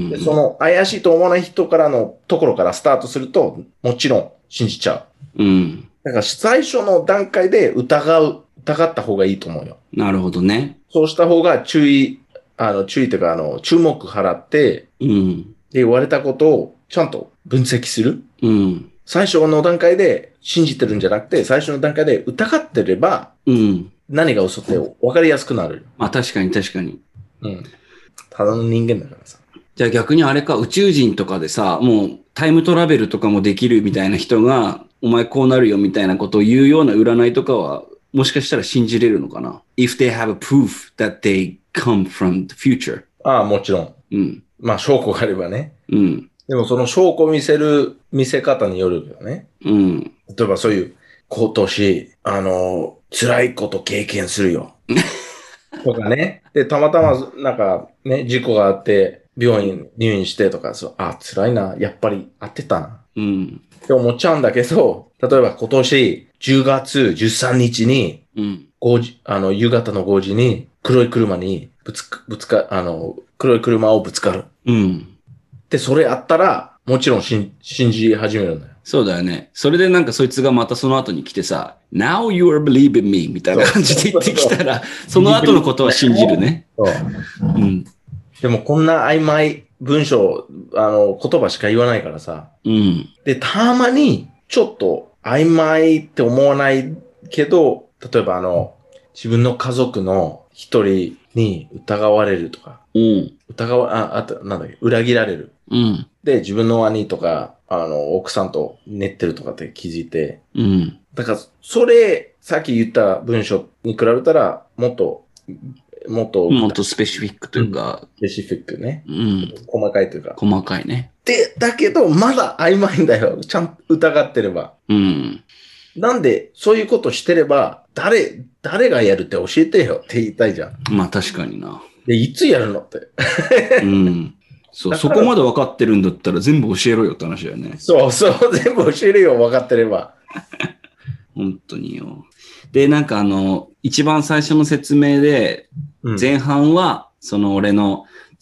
で。その怪しいと思わない人からのところからスタートすると、もちろん信じちゃう。うん。 だから最初の段階で疑う、疑った方がいいと思うよ。 なるほどね。 そうした方が注意、あの、注意というか、あの、注目払って、 うん。 で、言われたことをちゃんと分析する。 うん。 最初の段階で信じてるんじゃなくて、最初の段階で疑ってれば、 うん。 何が嘘って分かりやすくなる。 まあ確かに確かに。 うん。ただの人間だからさ。 じゃあ逆にあれか、宇宙人とかでさ、もうタイムトラベルとかもできるみたいな人が、お前こうなるよみたいなことを言うような占いとかは、もしかしたら信じれるのかな？ If they have a proof that they come from the future. ああ、もちろん。 うん。 まあ証拠があればね。 うん。 でもその証拠を見せる、見せ方によるよね。 うん。 例えばそういう、今年、あの、辛いこと経験するよ。とかね。で、たまたま、なんか、ね、事故があって、病院入院してとか、そう、あ、辛いな。やっぱり合ってたな。 うん。 って思っちゃうんだけど、例えば今年、じゅうがつじゅうさんにちに、 うん。 ごじ、あの、夕方のごじに、黒い車に、ぶつか、ぶつか、あの、黒い車をぶつかる。 うん。 で、それあったら、もちろん信じ始めるんだよ。 そうだよね。それでなんかそいつがまたその後に来てさ、Now you are believing me みたいな感じで言ってきたら、その後のことは信じるね。 そう。うん。でもこんな曖昧文章、あの、言葉しか言わないからさ。 うん。 で、たまに、ちょっと曖昧って思わないけど、例えばあの、自分の家族の一人に疑われるとか。 うん。 疑わ、あ、あと、なんだっけ、裏切られる。 うん。 で、自分の兄とか、あの、奥さんと寝ってるとかって気づいて。 うん。 だから、それ、さっき言った文章に比べたら、もっと、もっと、 もっとスペシフィックというか、 うん、スペシフィックね。 うん。 細かいというか。 細かいね。 で、だけど、まだ曖昧んだよ。ちゃんと疑ってれば。 うん。 なんで、そういうことしてれば、誰、誰がやるって教えてよって言いたいじゃん。 まあ確かにな。 で、いつやるのって。 うん。そう、そこまで分かってるんだったら全部教えろよって話だよね。 そうそう、全部教えるよ、分かってれば。 本当によ。で、なんかあの、一番最初の説明で、前半は、その俺の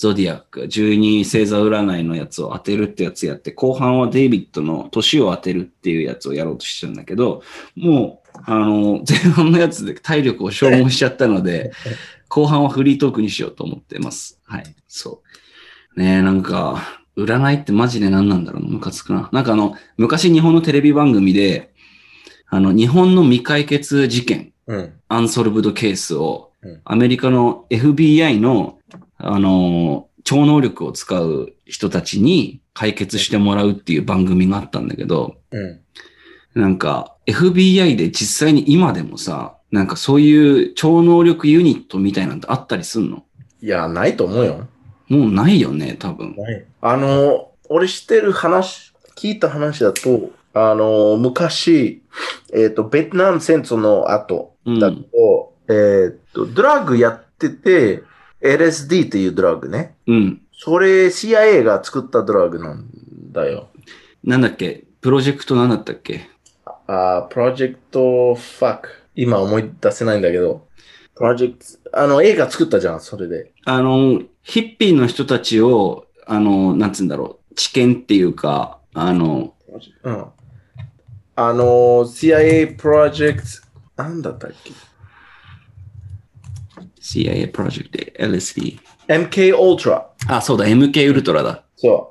ゾディアック、じゅうに星座占いのやつを当てるってやつやって、後半はデイビッドの年を当てるっていうやつをやろうとしてるんだけど、もう、あの、前半のやつで体力を消耗しちゃったので、後半はフリートークにしようと思ってます。はい。そう。ねえ、なんか、占いってマジで何なんだろうな、ムカつくな。なんかあの、昔日本のテレビ番組で、あの、日本の未解決事件、うん、アンソルブドケースを、うん、アメリカの エフビーアイ の、あの、超能力を使う人たちに解決してもらうっていう番組があったんだけど、うん、なんか エフビーアイ で実際に今でもさ、なんかそういう超能力ユニットみたいなんてあったりすんの？ いや、ないと思うよ。 もうないよね、多分。 ない。あの、俺知ってる話、聞いた話だと、あの、昔、えっ、ー、と、ベトナム戦争の後だと、うん、えっ、と、ドラッグやってて、エルエスディー っていうドラッグね。うん。それ シーアイエー が作ったドラッグなんだよ。 なんだっけ？プロジェクトなんだったっけ？ あ、プロジェクトファック。今思い出せないんだけど。プロジェクト、あの、映画作ったじゃん、それで。 あの、ヒッピーの人たちを、あの、なんつうんだろう、知見っていうか、あの、 うん。あの、シーアイエー プロジェクト、なんだったっけ？ シーアイエー プロジェクト、エルエスディー。 エムケー ウルトラ。 あ、そうだ、エムケー ウルトラだ。 そう。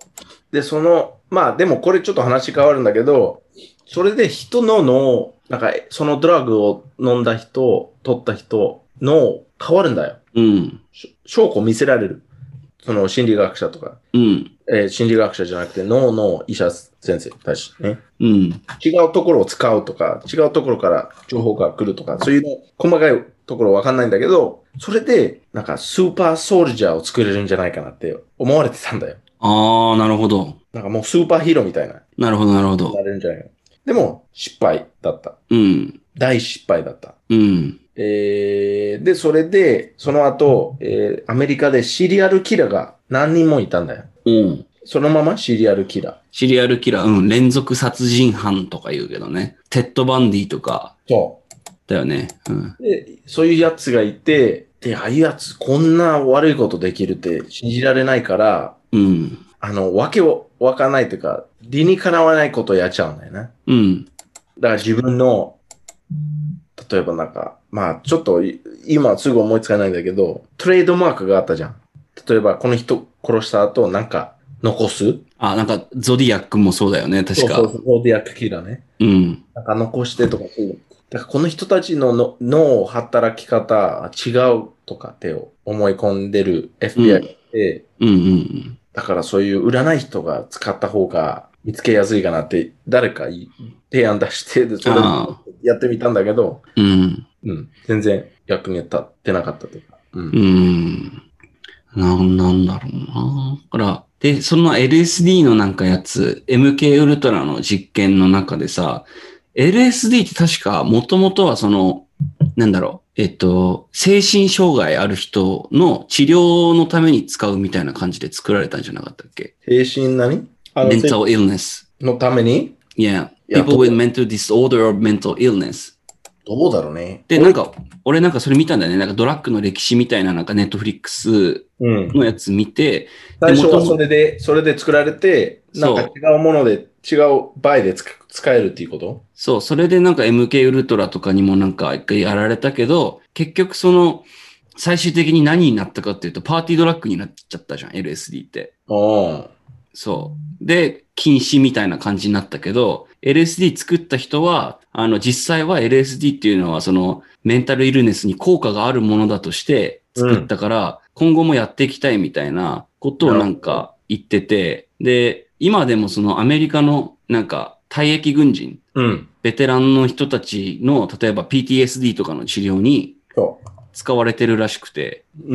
で、その、まあでもこれちょっと話変わるんだけど、それで人の脳、なんかそのドラッグを飲んだ人、取った人の変わるんだよ。うん。証拠見せられる。その心理学者とか。うん。えー、心理学者じゃなくて脳の医者先生たちね。うん。違うところを使うとか、違うところから情報が来るとか、そういうの細かいところわかんないんだけど、それでなんかスーパーソルジャーを作れるんじゃないかなって思われてたんだよ。 ああ、なるほど。 なんかもうスーパーヒーローみたいな。 なるほど、なるほど。 なれるんじゃないかな。でも、失敗だった。うん。大失敗だった。うん。えー、で、それで、その後、えー、アメリカでシリアルキラーが何人もいたんだよ。うん。そのままシリアルキラー。 シリアルキラー、うん。連続殺人犯とか言うけどね。テッド・バンディとか。そう。だよね。うん。 で、そういうやつがいて、で、ああいうやつ、こんな悪いことできるって信じられないから、うん。あの、わけをわかんないというか、理にかなわないことをやっちゃうんだよね。うん。だから自分の、例えばなんか、まあちょっと今すぐ思いつかないんだけど、トレードマークがあったじゃん。例えばこの人殺した後なんか残す。 あ、なんかゾディアックもそうだよね、確か。 そうそうそう、ゾディアックキラーね。うん。なんか残してとかそういう。だからこの人たちのの脳働き方違うとかって思い込んでる エフビーアイ で、うん、うんうんうん。だからそういう占い人が使った方が見つけやすいかなって誰か提案出して、でそれでやってみたんだけど、うん。うん。全然役に立ってなかったというか。うん。うん。な、なんだろうな。だから、で、その エルエスディー のなんかやつ、エムケー ウルトラの実験の中でさ、エルエスディー って確かもともとはその、なんだろう、えっと、精神障害ある人の治療のために使うみたいな感じで作られたんじゃなかったっけ？ 精神何？ mental illness のために？ Yeah. People with mental disorder or mental illness. どうだろうね。 で、なんか、俺なんかそれ見たんだよね。なんかドラッグの歴史みたいななんかネットフリックスのやつ見て。 うん、最初はそれで、それで作られて、なんか違うもので、違う場合で使えるっていうこと？ そう、それでなんか エムケー ウルトラとかにもなんか一回やられたけど、結局その、最終的に何になったかっていうと、パーティードラッグになっちゃったじゃん、エルエスディー って。ああ。そう。で、禁止みたいな感じになったけど、エルエスディー 作った人は、あの、実際は エルエスディー っていうのは、その、メンタルイルネスに効果があるものだとして作ったから、うん、今後もやっていきたいみたいなことをなんか言ってて、で、今でもそのアメリカのなんか退役軍人、うん、ベテランの人たちの、例えば ピーティーエスディー とかの治療に使われてるらしくて、うん。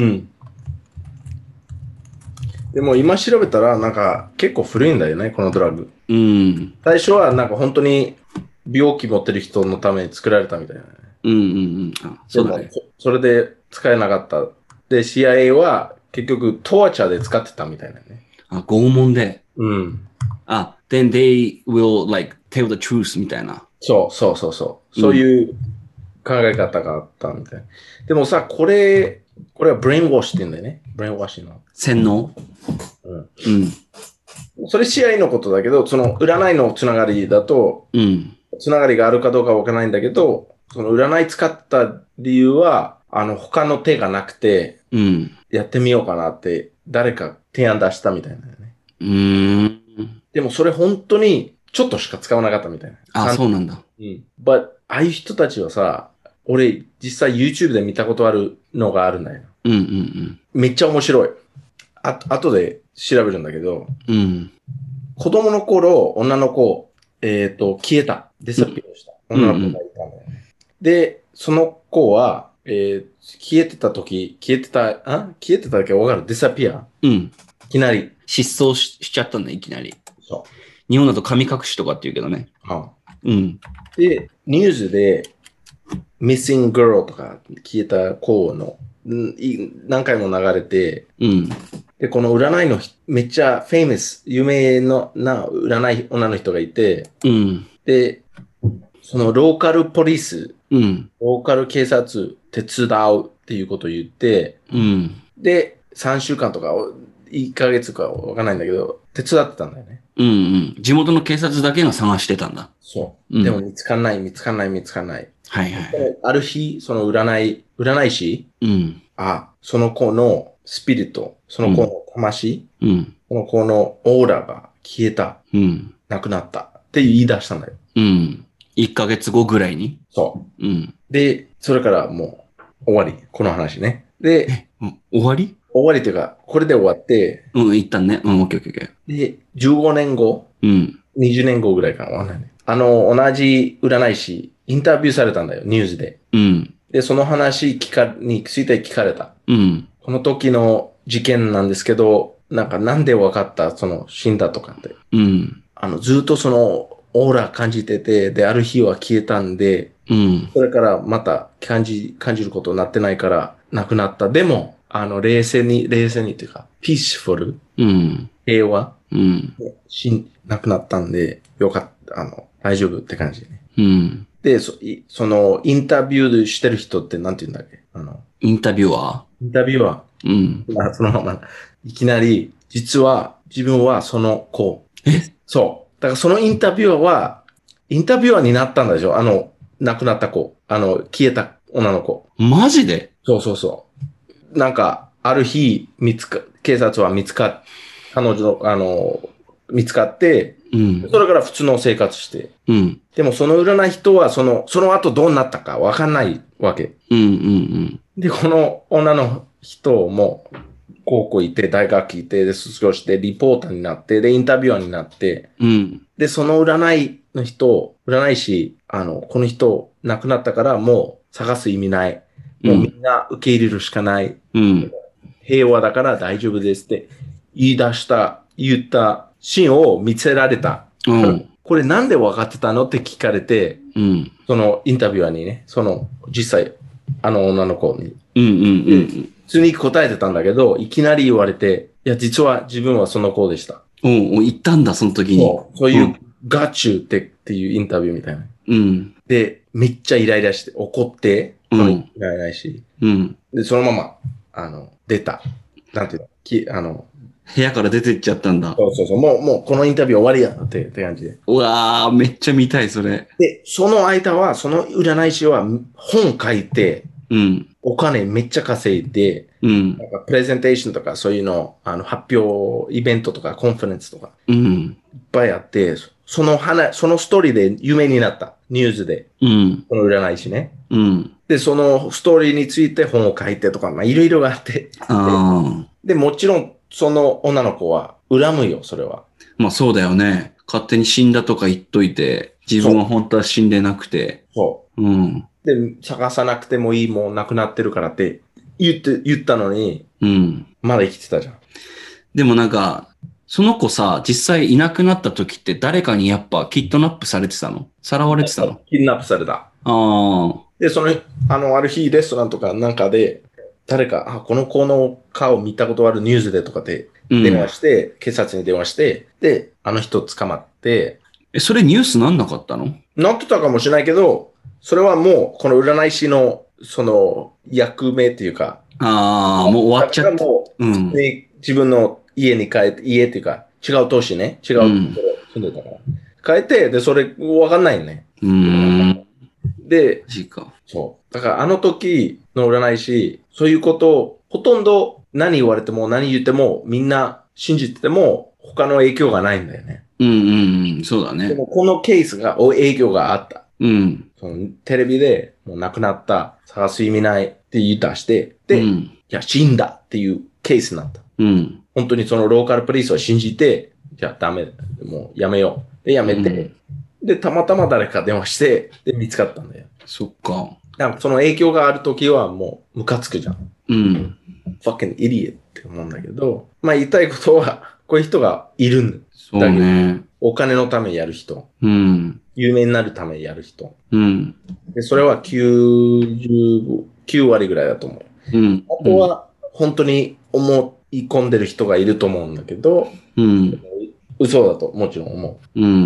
でも今調べたらなんか結構古いんだよね、このドラッグ。うん。最初はなんか本当に病気持ってる人のために作られたみたいなね。うんうんうん。あ、そうだね。それで使えなかった。で、シーアイエー は結局トーチャーで使ってたみたいなね。 あ、拷問で。うん。あ、then they will like tell the truth みたいな。 そうそうそうそう。そういう考え方があったみたいな。でもさ、これ、これはブレインウォッシュって言うんだよね。 ブレインワッシング。 洗脳。うん。 うん。それ試合のことだけど、その占いのつながりだと、 うん。 つながりがあるかどうかわからないんだけど、その占い使った理由は、あの、他の手がなくて、うん。やってみようかなって、誰か提案出したみたいなね。うーん。でもそれ本当に、ちょっとしか使わなかったみたいな。 あ、そうなんだ。 うん。But、ああいう人たちはさ、俺、実際 YouTube で見たことあるのがあるんだよ。うんうんうん。めっちゃ面白い。あ、後で調べるんだけど、うん。子供の頃、女の子、えっ、ー、と、消えた。ディスピアした。女の子がいたんだよね。うんうん、で、その子は、えー、消えてた時、消えてた、あ消えてた時はわかる？ディスピア？うん。いきなり。 失踪 し, しちゃったんだ、いきなり。そう。日本だと神隠しとかって言うけどね。はあ、 うん。で、ニュースで、Missing Girl とか消えた子の、何回も流れて、うん。で、この占いのめっちゃフェイマス、有名のな占い女の人がいて、うん。で、そのローカルポリス、うん。ローカル警察手伝うっていうことを言って、うん。で、さんしゅうかんとか、いっかげつかわかんないんだけど、手伝ってたんだよね。 うんうん。地元の警察だけが探してたんだ。 そう。うん、でも見つかんない、見つかんない、見つかんない。はいはい、はい。ある日、その占い、占い師、うん。あ、その子のスピリット、その子の魂、うん。その子のオーラが消えた。うん。なくなった。って言い出したんだよ。 うん。いっかげつごぐらいに。 そう。うん。で、それからもう終わり。この話ね。で、 え、終わり終わりというか、これで終わって。 うん、一旦ね。うん、オッケーオッケー。 で、じゅうごねんご。うん。にじゅうねんごぐらいかな。あの、同じ占い師、インタビューされたんだよ、ニュースで。うん。で、その話聞か、について聞かれた。うん。この時の事件なんですけど、なんかなんで分かった、その死んだとかって。うん。あの、ずっとその、オーラ感じてて、で、ある日は消えたんで、うん。それからまた感じ、感じることになってないから、亡くなった。でも、あの、冷静に、冷静にというか、ピースフォル。うん。平和。うん。死、亡くなったんで、よかった、あの、大丈夫って感じね。うん。で、そ、その、インタビューしてる人ってなんて言うんだっけ？あの、 インタビュアーインタビュアー。うん。まあ、そのまま、いきなり、実は、自分はその子。え？そう。だからそのインタビュアーは、インタビュアーになったんでしょ？あの、亡くなった子。あの、消えた女の子。 マジで？ そうそうそう。なんか、ある日、見つか、警察は見つかっ、彼女、あの、見つかって、うん、それから普通の生活して。うん、でもその占い人は、その、その後どうなったかわかんないわけ。うんうんうん、で、この女の人も、高校行って、大学行って、で、卒業して、リポーターになって、で、インタビュアーになって、うん、で、その占いの人、占い師、あの、この人亡くなったからもう探す意味ない。もうみんな受け入れるしかない。うん、平和だから大丈夫ですって言い出した、言ったシーンを見せられた。うん、これなんで分かってたのって聞かれて、うん、そのインタビュアーにね、その実際、あの女の子に。うんうんうん、普通に答えてたんだけど、いきなり言われて、いや、実は自分はその子でした。 うん、言ったんだ、その時に。 そう、そういう、うん、ガチューってっていうインタビューみたいな。うん。で、めっちゃイライラして、怒って、うん。イライラし。うん。で、そのまま、あの、出た。なんていうのき、あの、 部屋から出てっちゃったんだ。 そうそうそう。もう、もう、このインタビュー終わりやって、って感じで。 うわー、めっちゃ見たい、それ。 で、その間は、その占い師は本書いて、うん。お金めっちゃ稼いで、うん。なんかプレゼンテーションとかそういうの、あの、発表、イベントとか、コンファレンスとか、うん。いっぱいあって、その話、そのストーリーで有名になった。ニュースで。うん。この占い師ね。うん。で、そのストーリーについて本を書いてとか、まあ、いろいろがあって。あで、もちろん、その女の子は恨むよ、それは。 まあそうだよね。勝手に死んだとか言っといて、自分は本当は死んでなくて。そう。うん。 で、探さなくてもいい、もう亡くなってるからって言って、言ったのに、うん。まだ生きてたじゃん。 でもなんか、その子さ、実際いなくなった時って誰かにやっぱキッドナップされてたの？さらわれてたの？ キッドナップされた。ああ。で、その、あの、ある日レストランとかなんかで、誰か、あ、この子の顔見たことあるニュースでとかで電話して、うん、警察に電話して、で、あの人捕まって。 え、それニュースなんなかったの？ なってたかもしれないけど、それはもう、この占い師のその役目っていうか、 ああ、もう終わっちゃった。 もう、うん、自分の家に帰って、家っていうか、違う都市ね、違うところ住んでたから。帰って、で、それ、わかんないよね。 うん。 で、 かそう。だから、あの時の占い師、そういうことを、ほとんど何言われても、何言っても、みんな信じてても、他の影響がないんだよね。 うんうんうん、そうだね。 でも、このケースが、影響があった。 うん。 そのテレビで、もう亡くなった、探す意味ないって言い出して、で、うん、いや、死んだっていうケースになった。 うん。 本当にそのローカルプリースを信じて、じゃあダメ、もうやめよう。で、やめて、うん、で、たまたま誰か電話して、で、見つかったんだよ。 そっか。 なんかその影響があるときはもうムカつくじゃん。 うん。 fucking idiot って思うんだけど、まあ言いたいことは、こういう人がいるんだ。 そうね。 お金のためにやる人。 うん。 有名になるためにやる人。 うん。 で、それはきゅうじゅうきゅうわりぐらいだと思う。うん。あとは、本当に思い込んでる人がいると思うんだけど、うん。嘘だともちろん思う。うん。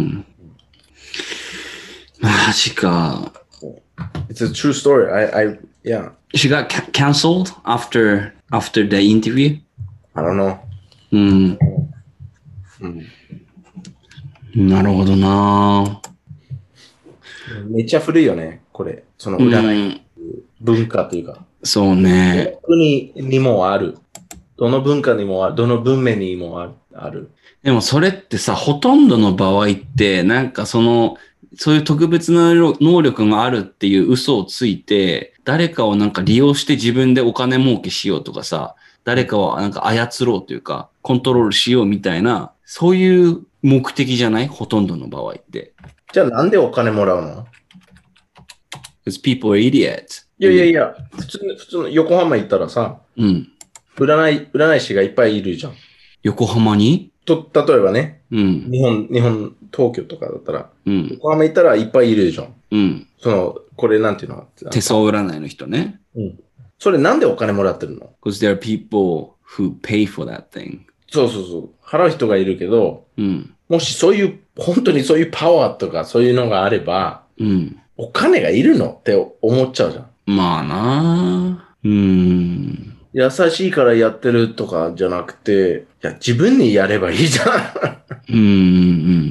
マジか。 It's a true story. I, I, yeah. She got ca- canceled after, after the interview? I don't know. うん。うん。なるほどな。 めっちゃ古いよね、これ。その占い文化というか。 うん、そうね。 どの国にもある。どの文化にもある。どの文明にもある。ある。 でもそれってさ、ほとんどの場合って、なんかその、そういう特別な能力があるっていう嘘をついて、誰かをなんか利用して自分でお金儲けしようとかさ、誰かをなんか操ろうというか、コントロールしようみたいな、そういう目的じゃない？ほとんどの場合って。 じゃあなんでお金もらうの？ Because people are idiots. いやいやいや、普通の、普通の横浜行ったらさ、うん。占い、占い師がいっぱいいるじゃん。 横浜に？ と、例えばね、うん。日本、日本、東京とかだったら、うん。横浜行ったらいっぱいいるじゃん。うん。その、これなんていうの？ 手相占いの人ね。 うん。それなんでお金もらってるの？ Because there are people who pay for that thing. そうそうそう。払う人がいるけど、うん。もしそういう、本当にそういうパワーとかそういうのがあれば、うん。お金がいるのって思っちゃうじゃん。 まあなぁ。うん。 優しいからやってるとかじゃなくて、いや、自分にやればいいじゃん。うん。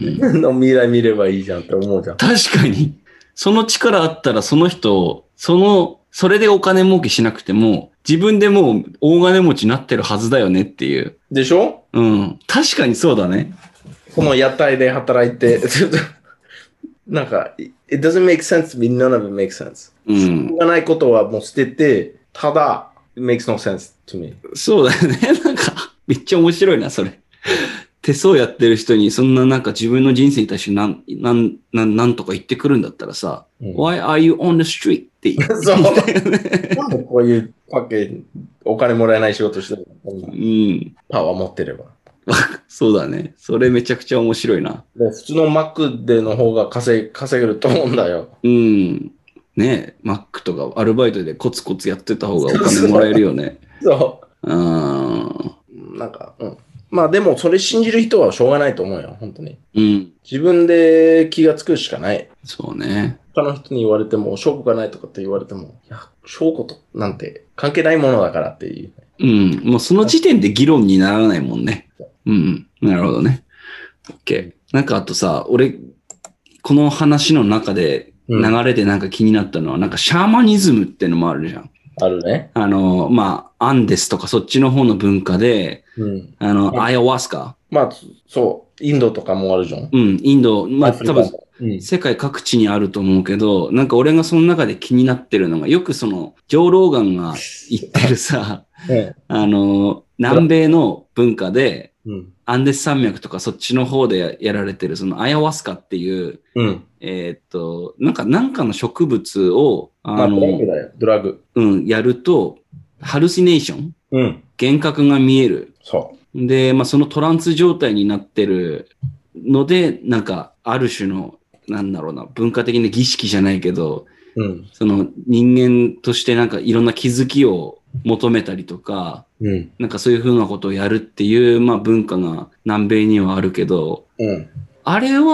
自分の未来見ればいいじゃんって思うじゃん。 確かに。その力あったらその人、その、それでお金儲けしなくても、自分でもう大金持ちになってるはずだよねっていう。 でしょ？ うん。確かにそうだね。 この屋台で働いて、なんか、it doesn't make sense to me, none of it makes sense. うん。しょうがないことはもう捨てて、ただ、it makes no sense to me. そうだよね。なんか、めっちゃ面白いな、それ。手相やってる人に、そんななんか自分の人生に対してなん、なん、なん、なんとか言ってくるんだったらさ、うん、Why are you on the street? って言う。 そう。なんでこういうわけ、お金もらえない仕事してるの？うん。パワー持ってれば。 そうだね。それめちゃくちゃ面白いな。 普通のマックでの方が稼、稼げると思うんだよ。 うん。ねえ、マックとかアルバイトでコツコツやってた方がお金もらえるよね。 そう。 うん。 なんか、うん。まあでもそれ信じる人はしょうがないと思うよ、本当に。うん。自分で気がつくしかない。 そうね。 他の人に言われても、証拠がないとかって言われても、いや、証拠となんて関係ないものだからっていう。 うん。もうその時点で議論にならないもんね。うん。なるほどね。OK。なんかあとさ、俺、この話の中で、流れでなんか気になったのは、うん、なんかシャーマニズムってのもあるじゃん。 あるね。 あの、まあ、アンデスとかそっちの方の文化で、うん、あの、うん、アイアワスカ。 まあ、そう。インドとかもあるじゃん。 うん、インド、まあ、多分、うん、世界各地にあると思うけど、なんか俺がその中で気になってるのが、よくその、ジョー・ローガンが言ってるさ、うん、あの、南米の文化で、うん、アンデス山脈とかそっちの方でやられてる、そのアヤワスカっていう、うん、えー、っと、なんか、なんかの植物を、 あの、まあ、ドラッグだよ、ドラッグ。 うん、やると、ハルシネーション、うん、幻覚が見える。 そう。 で、まあ、そのトランス状態になってるので、なんか、ある種の、なんだろうな、文化的な儀式じゃないけど、うん、その人間としてなんかいろんな気づきを求めたりとか、うん、なんかそういうふうなことをやるっていう、まあ文化が南米にはあるけど、うん、あれは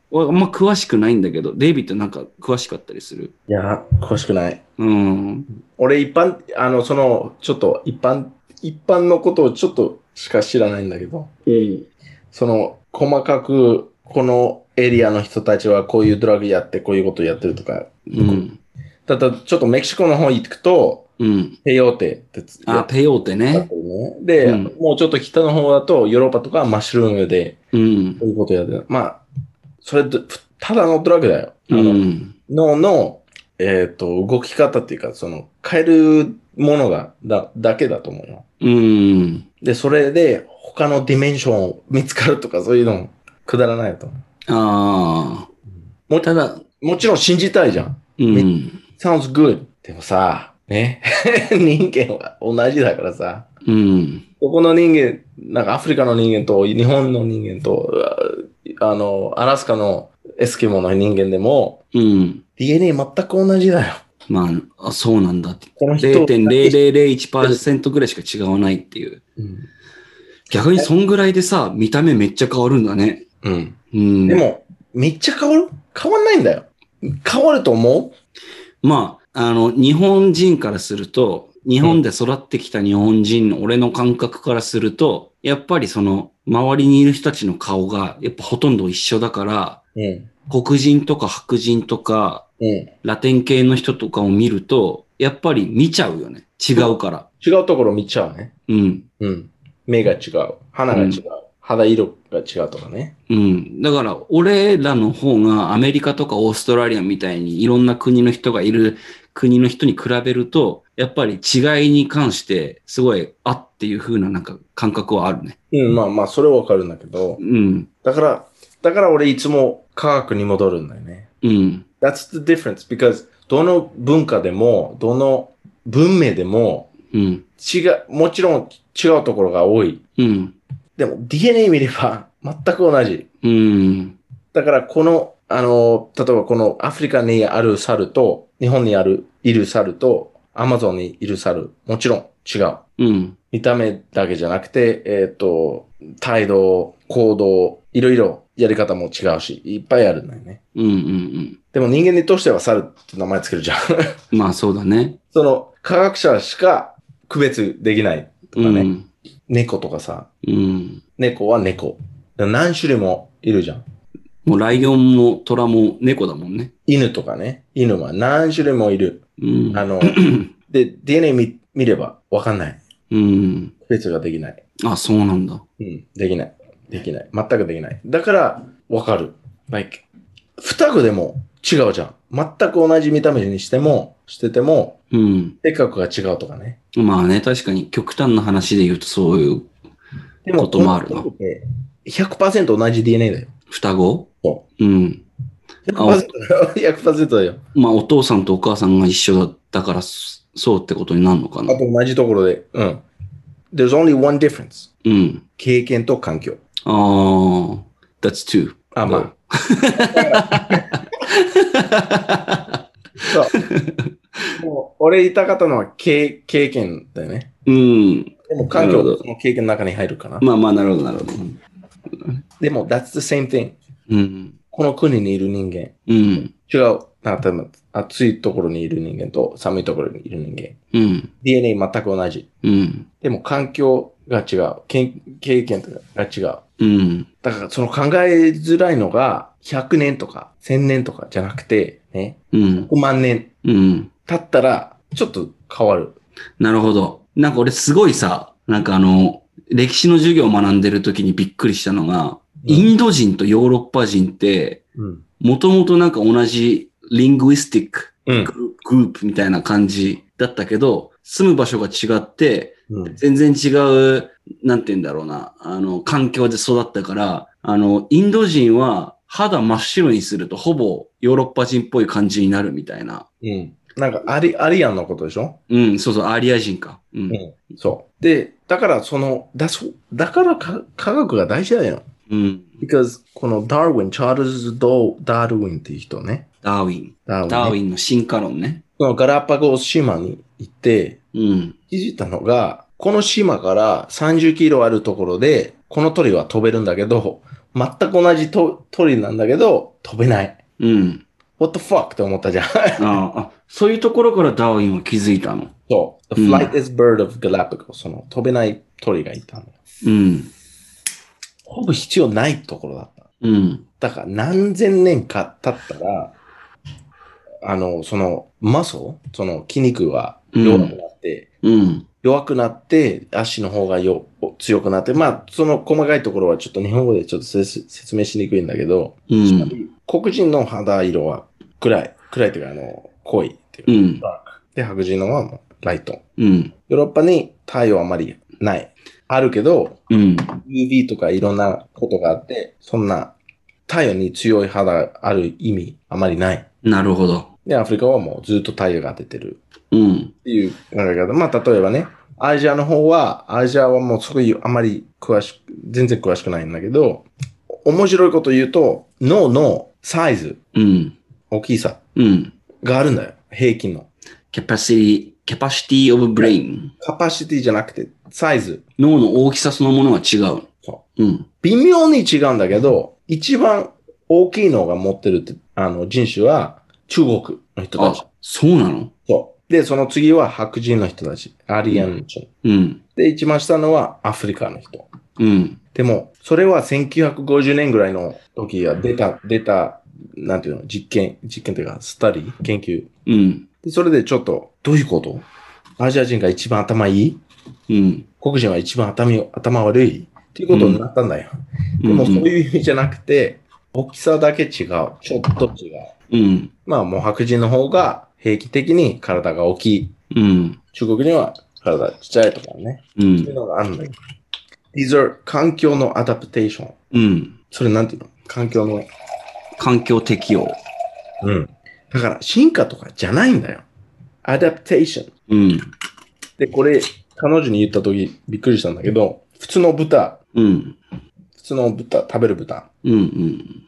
俺あんま詳しくないんだけど、デイビッドなんか詳しかったりする？ いや、詳しくない。 うん。 俺一般、あの、その、ちょっと一般、一般のことをちょっとしか知らないんだけど、 うん。 その、細かく、このエリアの人たちはこういうドラッグやって、こういうことやってるとか。 うん。 ただ、ちょっとメキシコの方行くと、 うん。 ペヨーテってあ、ペヨーテね。 で、 うん、 もうちょっと北の方だと、ヨーロッパとかマッシュルームで、 うん。 こういうことやってる。まあ、それと、ただのドラッグだよ。あの、 うん。 脳の、えっと、動き方っていうか、その、変えるものが、だ、だけだと思うよ。 うん。 で、それで、他のディメンション見つかるとか、そういうの、くだらないと思う。 ああ。 も、 ただ、 もちろん信じたいじゃん。 うん。 sounds good. でもさ、ね。人間は同じだからさ。 うん。 ここの人間、なんかアフリカの人間と日本の人間と、あの、アラスカのエスキモの人間でも、 うん。 ディーエヌエー 全く同じだよ。 まあ、あそうなんだって。 この人れいてんぜろぜろぜろいちパーセント ぐらいしか違わないっていう。 うん、 逆にそんぐらいでさ、見た目めっちゃ変わるんだね。 うん。 うん。 でも、めっちゃ変わる変わんないんだよ。変わると思うまあ、あの、日本人からすると、日本で育ってきた日本人の俺の感覚からすると、やっぱりその、周りにいる人たちの顔が、やっぱほとんど一緒だから、 うん、 黒人とか白人とか、 うん、 ラテン系の人とかを見ると、やっぱり見ちゃうよね。違うから。 違うところ見ちゃうね。 うん。 うん。目が違う。鼻が違う。うん、肌色が違うとかね。 うん。だから、俺らの方がアメリカとかオーストラリアみたいにいろんな国の人がいる国の人に比べると、やっぱり違いに関してすごいあっていう風ななんか感覚はあるね。 うん、まあまあ、それはわかるんだけど。 うん。 だから、だから俺いつも科学に戻るんだよね。 うん。 That's the difference because どの文化でも、どの文明でも、 うん。 違う、もちろん違うところが多い。 うん。 でも ディーエヌエー 見れば全く同じ。 うん。 だからこの、あの、例えばこのアフリカにある猿と、日本にある、いる猿と、アマゾンにいる猿、もちろん違う。 うん。 見た目だけじゃなくて、えっと、態度、行動、いろいろやり方も違うし、いっぱいあるんだよね。 うん。うん。 でも人間にとしては猿って名前つけるじゃん。 まあそうだね。 その科学者しか区別できないとかね。うん、猫とかさ、 うん。 猫は猫。何種類もいるじゃん。 もうライオンもトラも猫だもんね。 犬とかね。犬は何種類もいる。うん、あの、で、ディーエヌエー 見、見ればわかんない。うん。区別ができない。 あ、そうなんだ。 うん。できない。できない。全くできない。だから、わかる。like、双子でも違うじゃん。全く同じ見た目にしても、してても、うん。性格が違うとかね。 まあね、確かに極端な話で言うとそういうこともあるな。 ひゃくパーセント 同じ ディーエヌエー だよ。 双子？ そう。 うん。 ひゃくパーセント だよ。ひゃくパーセント だよ。 まあお父さんとお母さんが一緒だったからそうってことになるのかな。 あと同じところで。うん。There's only one difference. うん。 経験と環境。 ああ、that's two. あ、まあ。そう。もう俺言いたかったのは経経験だよね。うん。でも環境がその経験の中に入るかな。 まあまあ、なるほど、なるほど。 でも、that's the same thing. うん。 この国にいる人間。うん。違う。例えば、暑いところにいる人間と寒いところにいる人間。うん。ディーエヌエー 全く同じ。うん。でも環境が違う。経験が違う。うん。だからその考えづらいのがひゃくねんとかせんねんとかじゃなくて、ね。うん。ひゃくまんねん。うん。経ったらちょっと変わる。 なるほど。なんか俺すごいさ、なんかあの、歴史の授業を学んでる時にびっくりしたのが、うん、インド人とヨーロッパ人って、もともとなんか同じリングイスティックグループみたいな感じだったけど、住む場所が違って、うん、全然違う、なんて言うんだろうな、あの、環境で育ったから、あの、インド人は肌真っ白にするとほぼヨーロッパ人っぽい感じになるみたいな。 うん。なんかアリ、アリアンのことでしょ？ うん、そうそう、アリア人か。うん。うん、 そう。で、だからその、だ、そ、だからか科学が大事だよ。うん。because このダーウィン、チャールズ・ドー・ダーウィンっていう人ね。 ダーウィン。ダーウィン、ね、ダーウィンの進化論ね。 そのガラパゴス島に行って、うん。気づいたのが、この島からさんじゅっキロあるところで、この鳥は飛べるんだけど、 全く同じと鳥なんだけど、飛べない。 うん。 What the fuck って思ったじゃん。 ああ、そういうところからダーウィンは気づいたの。 そう。The flightless bird of Galapagos。その飛べない鳥がいたの。 うん。 ほぼ必要ないところだった。 うん。 だから何千年か経ったら、あの、その、マソその筋肉は弱くなって、 うん、 弱くなって、足の方がよ強くなって、まあ、その細かいところはちょっと日本語でちょっと説明しにくいんだけど、 うん、 黒人の肌色は暗い。暗いというか、あの、濃いっていう、うん、で、白人のはもうライト。 うん、 ヨーロッパに太陽あまりない。あるけど、うん、ユーブイ とかいろんなことがあって、そんな太陽に強い肌ある意味あまりない。 なるほど。 で、アフリカはもうずっと太陽が出てる。 うん。 っていう考え方。まあ、例えばね、アジアの方は、アジアはもうそういうあまり詳しく、全然詳しくないんだけど、面白いこと言うと、脳のサイズ、うん、大きさ、うん、があるんだよ。平均の。 キャパシティ、キャパシティオブブレイン。 カパシティじゃなくて、サイズ。 脳の大きさそのものは違う。 そう。うん。微妙に違うんだけど、一番大きいのが持ってるって、あの、人種は中国の人たち。 あ、そうなの？ そう。で、その次は白人の人たち。アリアン人。うん。で、一番下のはアフリカの人。うん。でも、それはせんきゅうひゃくごじゅうねんぐらいの時が出た、出た、なんていうの、実験、実験というか、スタディ、研究。うん。で、それでちょっと、どういうこと？アジア人が一番頭いい？うん。黒人は一番頭頭悪い？っていうことになったんだよ。うん、でも、そういう意味じゃなくて、大きさだけ違う。ちょっと違う。うん。まあ、もう白人の方が平気的に体が大きい。うん。中国人は体ちっちゃいとかね。うん。そういうのがあるんだよ。These are 環境のアダプテーション。うん。それなんていうの？環境の。 環境適応。 うん。だから進化とかじゃないんだよ。アダプテーション。うん。で、これ、彼女に言ったときびっくりしたんだけど、普通の豚。うん。普通の豚、食べる豚。うんうん。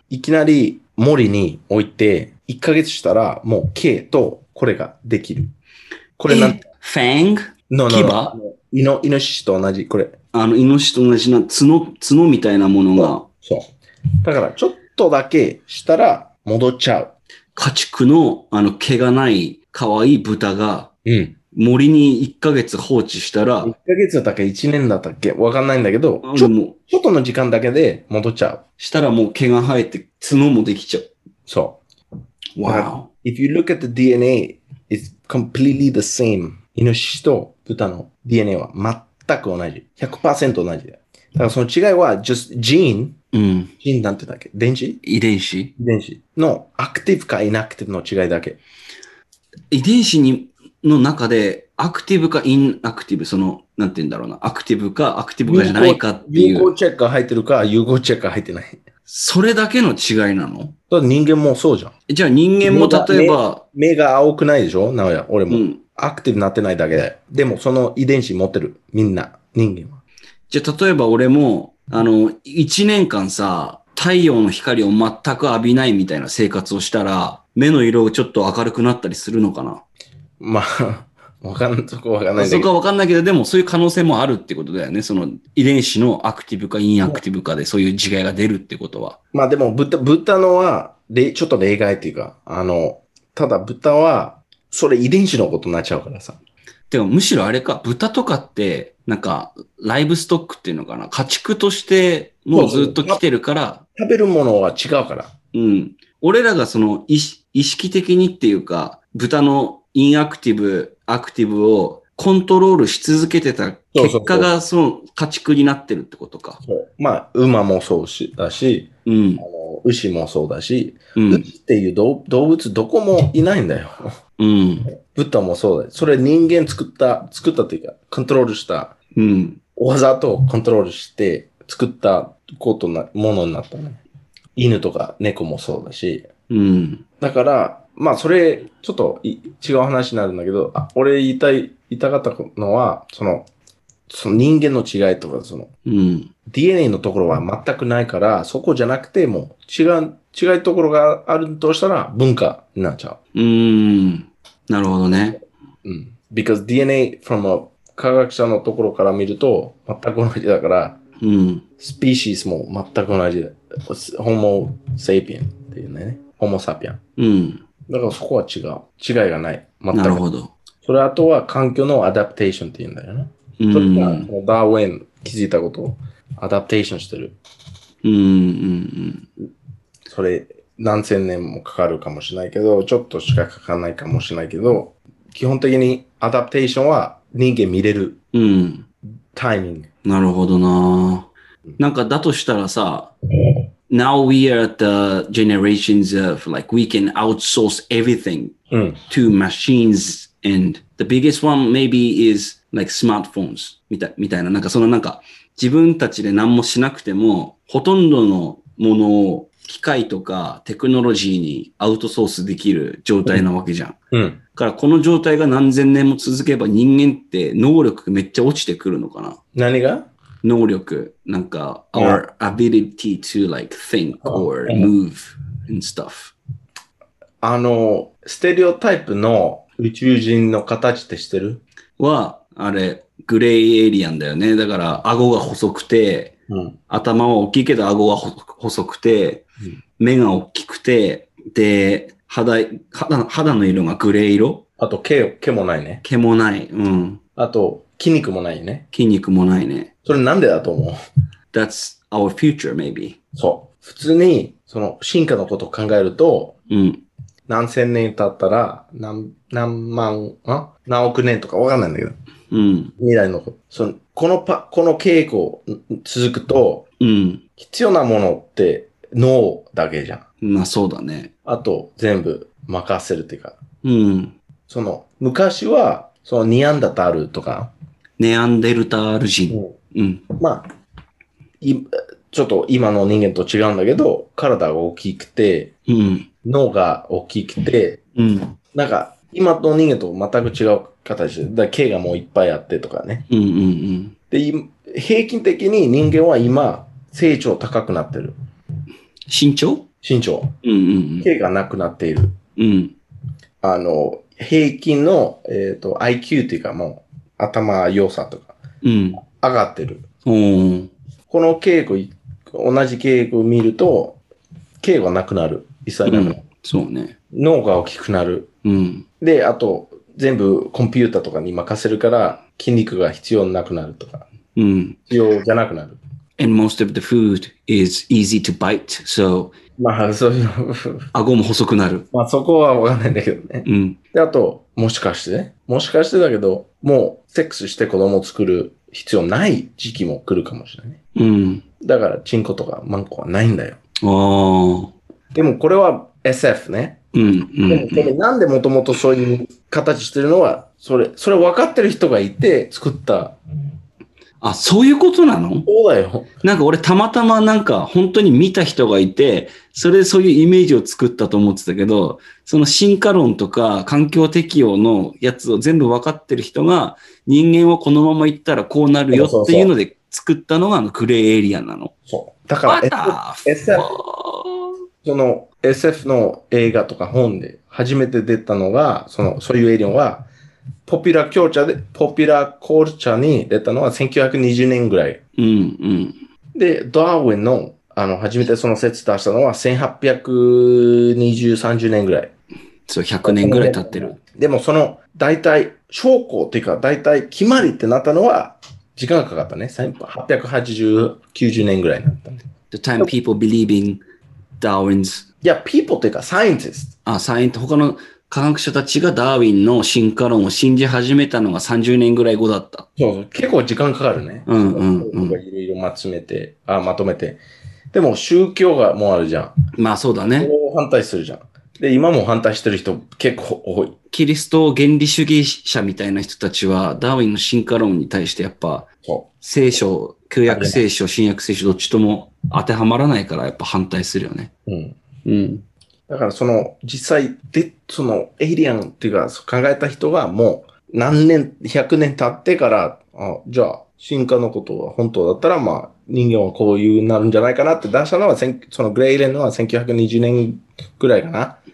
いきなり森に置いて、いっかげつしたらもう毛とこれができる。これなんて。 ファング？牙？ イノ、イノシシと同じ、これ。 あの、イノシシと同じな角、角みたいなものが。 そう。だから、ちょっとだけしたら戻っちゃう。 家畜の、あの、毛がない可愛い豚が、うん。森にいっかげつ放置したら。 いっかげつだったっけ ?いち 年だったっけわかんないんだけど、ちょ、ちょっとの時間だけで戻っちゃう。 したらもう毛が生えて角もできちゃう。 そう。Wow. If you look at the ディーエヌエー, it's completely the same. イノシシと豚の ディーエヌエー は全く同じ。ひゃくパーセント同じだよ。だからその違いは just gene、うん、ジーンなんてだっけ電子遺伝子遺伝子のアクティブかイナクティブの違いだけ。 遺伝子にの中でアクティブかインアクティブ、その、なんて言うんだろうな、アクティブかアクティブかじゃないかっていう。 有効チェックが入ってるか有効チェックが入ってない。 それだけの違いなの？ だって人間もそうじゃん。 じゃあ人間も例えば。 目が、目が青くないでしょなおや、俺も、うん。アクティブになってないだけで。でもその遺伝子持ってる。みんな、人間は。 じゃあ例えば俺も、あの、一年間さ、太陽の光を全く浴びないみたいな生活をしたら、目の色がちょっと明るくなったりするのかな？ まあ、わかん、そこわかんないんだけど。そこはわかんないけど、でもそういう可能性もあるってことだよね。その遺伝子のアクティブかインアクティブかでそういう違いが出るってことは。 まあでも豚、豚のは、ちょっと例外っていうか、あの、ただ豚は、それ遺伝子のことになっちゃうからさ。 でもむしろあれか、豚とかって、なんか、ライブストックっていうのかな、家畜としてもうずっと来てるから。 食べるものは違うから。 うん。俺らがその意識的にっていうか、豚のインアクティブ、アクティブをコントロールし続けてた結果がその家畜になってるってことか。 そう。まあ、馬もそうし、だし、うん、あの牛もそうだし、うん、牛っていう動物どこもいないんだよ。うん。豚もそうだ。それ人間作った、作ったというか、コントロールした。うん。わざとコントロールして作ったことな、ものになったね。犬とか猫もそうだし。うん。だから、まあそれ、ちょっと違う話になるんだけど、あ俺言いたい、言いたかったのは、その、その人間の違いとか、その、うん、ディーエヌエー のところは全くないから、そこじゃなくても違う、違いところがあるとしたら文化になっちゃう。うーん。なるほどね。 うん。because ディーエヌエー from a 科学者のところから見ると全く同じだから、 うん。 スピーシーズも全く同じで。ホモ・セイピエンっていうね。ホモ・サピアン。 うん。 だからそこは違う。違いがない。全く。 なるほど。 それあとは環境のアダプテーションっていうんだよね。 うん。 それがそのダーウェン気づいたことをアダプテーションしてる。 うんうんうん。 それ何千年もかかるかもしれないけど、ちょっとしかかかんないかもしれないけど、基本的にアダプテーションは人間見れる。 うん。 タイミング。 なるほどな。なんかだとしたらさ、Now we are at the generations of like we can outsource everything to machines and the biggest one maybe is like smartphones みたい、みたいな、なんかそのなんか自分たちで何もしなくてもほとんどのものを機械とかテクノロジーにアウトソースできる状態なわけじゃん。 うん。だからこの状態が何千年も続けば人間って能力めっちゃ落ちてくるのかな。 何が能力、なんか、our ability to like think or move and stuff. あの、ステレオタイプの宇宙人の形って知ってる？ は、あれ、グレイエイリアンだよね。だから、顎が細くて、うん、頭は大きいけど顎は細くて、うん、目が大きくて、で、肌、肌、肌の色がグレー色。 あと毛、毛もないね。 毛もない。うん。 あと、筋肉もないね。 筋肉もないね。 それなんでだと思う？ That's our future, maybe. そう。普通に、その進化のことを考えると、 うん、 何千年経ったら、何、何万、あ何億年とかわかんないんだけど。 うん、 未来のこと。その、このパ、この傾向続くと、 うん、 必要なものって脳だけじゃん。 まあそうだね。 あと、全部任せるっていうか。 うん。 その、昔は、そのニアンダタールとか。 ネアンデルタール人。うん。うん、 まあ、い、ちょっと今の人間と違うんだけど、体が大きくて、 うん、 脳が大きくて、 うん、 なんか、今の人間と全く違う形で、だ毛がもういっぱいあってとかね。 うんうんうん、 で、平均的に人間は今、成長高くなってる。 身長？ 身長。 うんうんうん、 毛がなくなっている。 うん、あの、平均の、えっと、アイキュー っていうかもう、頭良さとか、うん、上がってる。 うん、 この傾向、同じ傾向を見ると、毛がなくなる。一切なくなる。うん、 そうね。 脳が大きくなる。 うん、 で、あと、全部コンピューターとかに任せるから、筋肉が必要なくなるとか。 うん。 必要じゃなくなる。 And most of the food is easy to bite, so まあ、そういう。 顎も細くなる。 まあ、そこはわかんないんだけどね。 うん。 で、あと、もしかしてね。もしかしてだけど、もう、セックスして子供を作る必要ない時期も来るかもしれないね。 うん。 だから、チンコとかマンコはないんだよ。 ああ。 でも、これは エスエフ ね。 うん。うん。 でも、これなんでもともとそういう形してるのは、それ、それ分かってる人がいて作った。 あ、そういうことなの？ そうだよ。 なんか俺たまたまなんか本当に見た人がいて、それでそういうイメージを作ったと思ってたけど、その進化論とか環境適応のやつを全部分かってる人が、人間はこのまま行ったらこうなるよっていうので作ったのがあのグレーエイリアンなの。 そう。だから エスエフ、その エスエフ の映画とか本で初めて出たのが、その、そういうエイリアンは、ポピュラーキョーチャーで、ポピュラーコルチャーに出たのはせんきゅうひゃくにじゅうねんぐらい。 うんうん。 で、ダーウィンの、あの、初めてその説出したのはせんはっぴゃくにじゅう、さんじゅうねんぐらい。 そう、ひゃくねんぐらい経ってる。 でもその、大体、証拠っていうか、大体決まりってなったのは、時間がかかったね。せんはっぴゃくはちじゅう、きゅうじゅうねんぐらいになった、ね。 The time people believing Darwin's... いや、people っていうか、サイエンティスト。 あ、サイエント、他の科学者たちがダーウィンの進化論を信じ始めたのがさんじゅうねんぐらい後だった。 そうそう。結構時間かかるね。 うんうんうん。 いろいろまとめて、あ、まとめて。でも宗教がもうあるじゃん。 まあそうだね。 それを反対するじゃん。で、今も反対してる人結構多い。 キリスト原理主義者みたいな人たちは、ダーウィンの進化論に対してやっぱ、聖書、旧約聖書、新約聖書どっちとも当てはまらないからやっぱ反対するよね。 うん。うん。だからその、実際で、その、エイリアンっていうか考えた人がもう何年、ひゃくねん経ってから、あ、じゃあ、進化のことは本当だったら、まあ、人間はこういうなるんじゃないかなって出したのは、そのグレイレンのはせんきゅうひゃくにじゅうねんぐらいかな。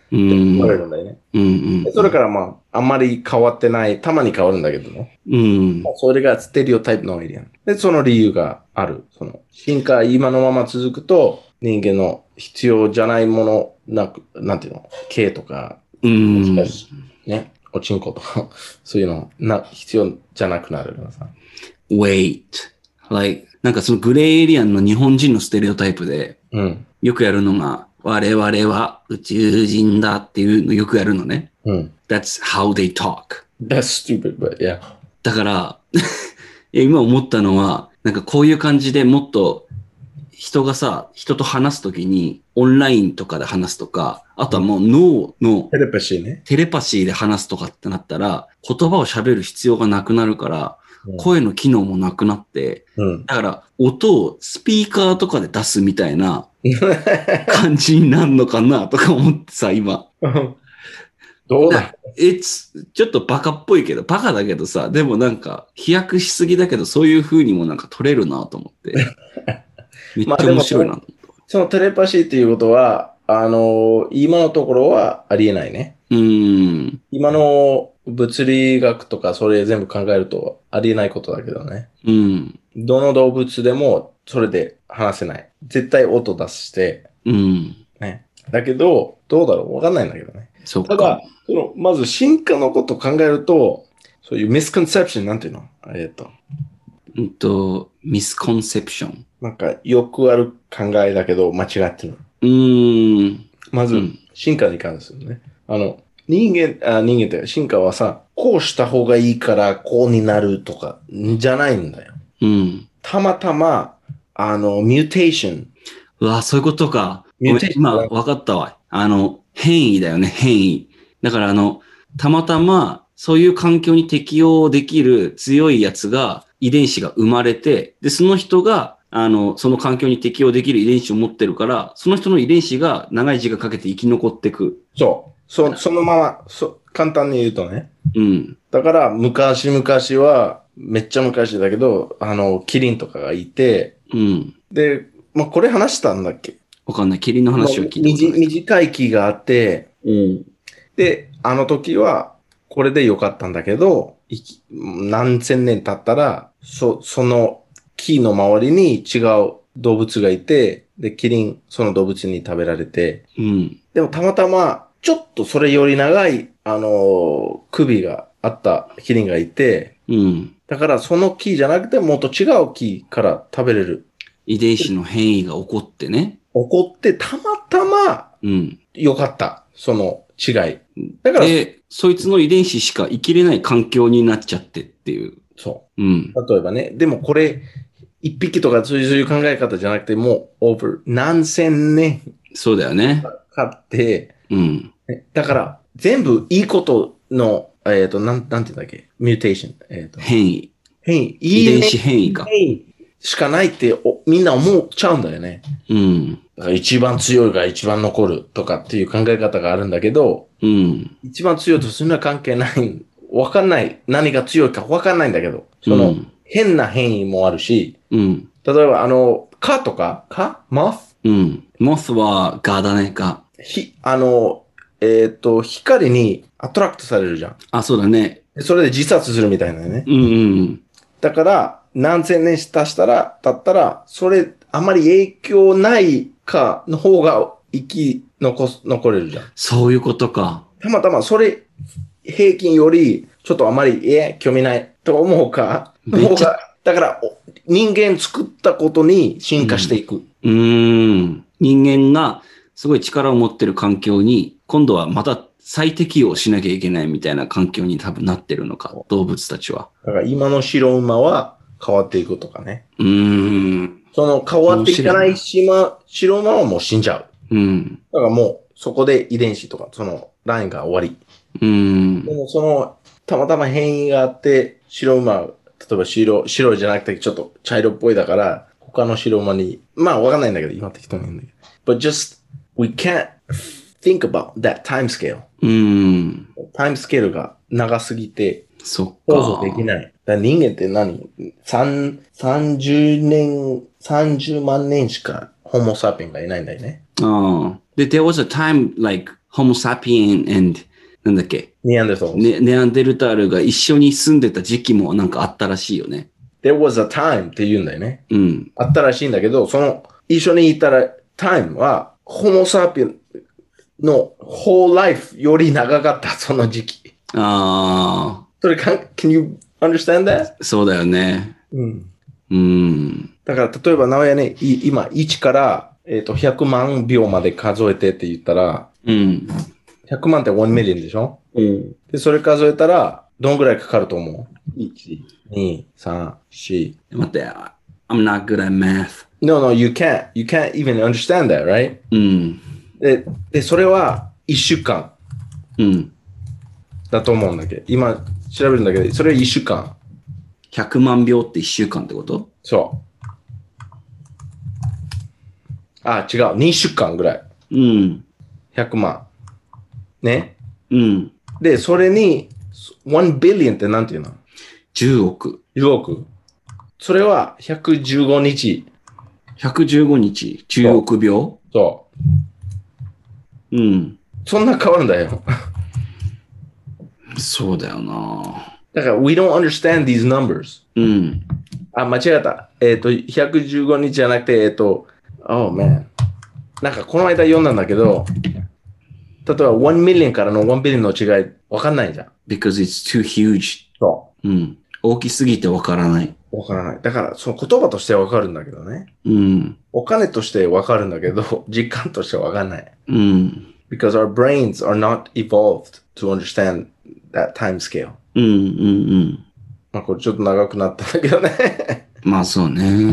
うん。 言われるんだよね。 うんうん。 それからまあ、あんまり変わってない、たまに変わるんだけどね。 うん。 それがステレオタイプのエイリアン。で、その理由がある。その、進化今のまま続くと、人間の必要じゃないもの、なく、なんていうの、毛とか、 うん。 ね、おちんことか、そういうの、な、必要じゃなくなるからさ。 Wait. Like, なんかそのグレーエイリアンの日本人のステレオタイプで、 うん。 よくやるのが、我々は宇宙人だっていうのよくやるのね。 うん。 That's how they talk. That's stupid, but yeah. だから今思ったのは、なんかこういう感じでもっと人がさ、人と話すときにオンラインとかで話すとか、あとはもう脳のテレパシーね。 テレパシーで話すとかってなったら、言葉を喋る必要がなくなるから、声の機能もなくなって、うん、だから音をスピーカーとかで出すみたいな感じになるのかなとか思ってさ、今。 どうだえちょっとバカっぽいけど、バカだけどさ、でもなんか飛躍しすぎだけど、そういう風にもなんか取れるなと思って。めっちゃ面白いな。まあ、 そのテレパシーっていうことは、あの、今のところはありえないね。 うん。 今の物理学とかそれ全部考えるとありえないことだけどね。 うん。 どの動物でもそれで話せない。絶対音出して。 うん。 ね。だけど、どうだろうわかんないんだけどね。 そうか。 ただ、その、まず進化のことを考えると、そういうミスコンセプションなんていうのえっと。 うんと、ミスコンセプション。 なんか、よくある考えだけど、間違ってる。 うーん。 まず、うん、進化に関するね。あの、人間、あ人間って進化はさ、こうした方がいいからこうになるとか、じゃないんだよ。 うん。 たまたま、あの、ミューテーション。 うわ、そういうことか。ミューテーション。今、わかったわ。あの、変異だよね、変異。だから、あの、たまたま、そういう環境に適応できる強いやつが、遺伝子が生まれて、で、その人が、あの、その環境に適応できる遺伝子を持ってるから、その人の遺伝子が長い時間かけて生き残っていく。 そう。そ、そのまま、そ、簡単に言うとね。 うん。 だから、昔々は、めっちゃ昔だけど、あの、キリンとかがいて、 うん。 で、まあ、これ話したんだっけわかんない。キリンの話を聞いたことない。 短い木があって、 うん。 で、あの時は、これで良かったんだけど、何千年経ったら、そ、その木の周りに違う動物がいて、で、キリン、その動物に食べられて、 うん。 でもたまたま、ちょっとそれより長い、あのー、首があったキリンがいて、 うん。 だからその木じゃなくてもっと違う木から食べれる。 遺伝子の変異が起こってね。 起こって、たまたま、うん。良かった。その違い。 だから。で、そいつの遺伝子しか生きれない環境になっちゃってっていう。 そう。 うん。 例えばね。でもこれ、一匹とかそういう考え方じゃなくて、もう、オーバー何千年。 そうだよね。 かって、 うん。 だから、全部いいことの、えっ、ー、と、なん、なんて言うんだっけミューテーション。えっ、ー、と。 変異。 変異。 遺伝子変異か。 変異しかないっておみんな思っちゃうんだよね。 うん。 だから一番強いが一番残るとかっていう考え方があるんだけど、 うん。 一番強いとそんな関係ない。わかんない。何が強いかわかんないんだけど、その、うん、変な変異もあるし、 うん。 例えばあの、蚊とか、蚊モスうん。モスはガだね、ガ。 ひ、あの、えっ、ー、と、光にアトラクトされるじゃん。 あ、そうだね。 それで自殺するみたいなね。 うんうん。 だから、何千年経したら、経ったら、それ、あまり影響ないかの方が生き残す、残れるじゃん。 そういうことか。 たまたま、それ、平均より、ちょっとあまり、え、興味ないと思うか、の方が、だから、人間作ったことに進化していく。 うん。うーん。人間が、すごい力を持ってる環境に、今度はまた再適応しなきゃいけないみたいな環境に多分なってるのか、動物たちは。 だから今の白馬は変わっていくとかね。 うーん。 その変わっていかない島、白馬はもう死んじゃう。うん。 だからもうそこで遺伝子とか、そのラインが終わり。 うん。 でもその、たまたま変異があって、白馬、例えば白、白じゃなくてちょっと茶色っぽいだから、他の白馬に、まあわかんないんだけど、今適当に言うんだけど。But just, we can't think about that time scale. うん。 タイムスケールが長すぎて、 そっか。 想像できない。 だ人間って何三さんじゅうねん、さんじゅうまん年しかホモサピエンがいないんだよね。 ああ。で、there was a time like Homo sapien and なんだっけネアンデルタル、 ね。ネアンデルタールが一緒に住んでた時期もなんかあったらしいよね。 There was a time って言うんだよね。 うん。 あったらしいんだけど、その一緒にいたら time はホモサピエンの whole life より長かったその時期。 ああ。 それか、can you understand that? そうだよね。 うん。 うん。 だから例えば直哉ね、今いちからえっとひゃくまん秒まで数えてって言ったら、 うん。 ひゃくまんっていちミリオンでしょ？ うん。 で、それ数えたら、どんぐらいかかると思う？ いち、に、さん、よん。 待って、I'm not good at math. No, no, you can't. You can't even understand that, right? うん。 で、で、それはいっしゅうかん。 うん。 だと思うんだけど、今調べるんだけど、それはいっしゅうかん。 ひゃくまん秒っていっしゅうかんってこと？ そう。あ、違う。にしゅうかんぐらい。 うん。 ひゃくまん。ね。 うん。 で、それに、いちビリオンってなんていうの？ じゅうおく。 じゅうおく。それはひゃくじゅうごにち。 ひゃくじゅうごにち、じゅうおくびょう。そう。 うん。 そんな変わるんだよ。 そうだよな。 だから、we don't understand these numbers. うん。 あ、間違った。えっ、ー、と、ひゃくじゅうごにちじゃなくて、えっ、ー、と、oh man。なんか、この間読んだんだけど、例えば、いちミリオンからのいちビリオンの違い、わかんないじゃん。 because it's too huge. そう。 うん。大きすぎてわからない。 わからない。だから、その言葉としてはわかるんだけどね。 うん。 お金としてわかるんだけど、実感としてはわかんない。 うん。 because our brains are not evolved to understand that time scale. うんうんうん。 まあこれちょっと長くなったんだけどね。 まあそうね。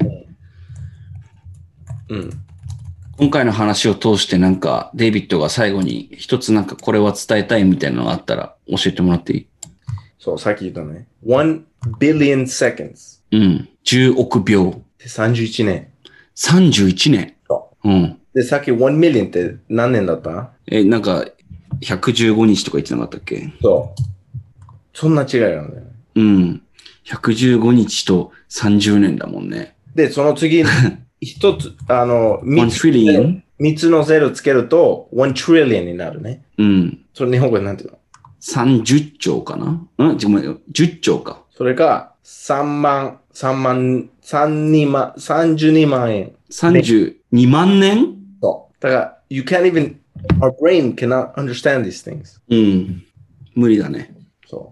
うん。 今回の話を通してなんかデイビッドが最後に一つなんかこれは伝えたいみたいなのがあったら教えてもらっていい？ そう、さっき言ったね。いち billion seconds. うん。じゅうおくびょう。 でさんじゅういちねん。 さんじゅういちねん。 そう。 うん。 で、さっきいちミリオンって何年だった？ え、なんかひゃくじゅうごにちとか言ってなかったっけ？ そう。そんな違いなんだよね。 うん。ひゃくじゅうごにちとさんじゅうねんだもんね。 で、その次、一つ、あの、 いち trillion? 三つのゼロつけると、いち trillion になるね。 うん。 それ日本語でなんていうの？ さんじゅっちょうかな？うんごめん、じゅっちょうか。 それが、さんまん、さんまん、さんじゅうにまん、さんじゅうにまんえん。 さんじゅうにまんねん？ そう。だから、you can't even, our brain cannot understand these things. うん。無理だね。 そう。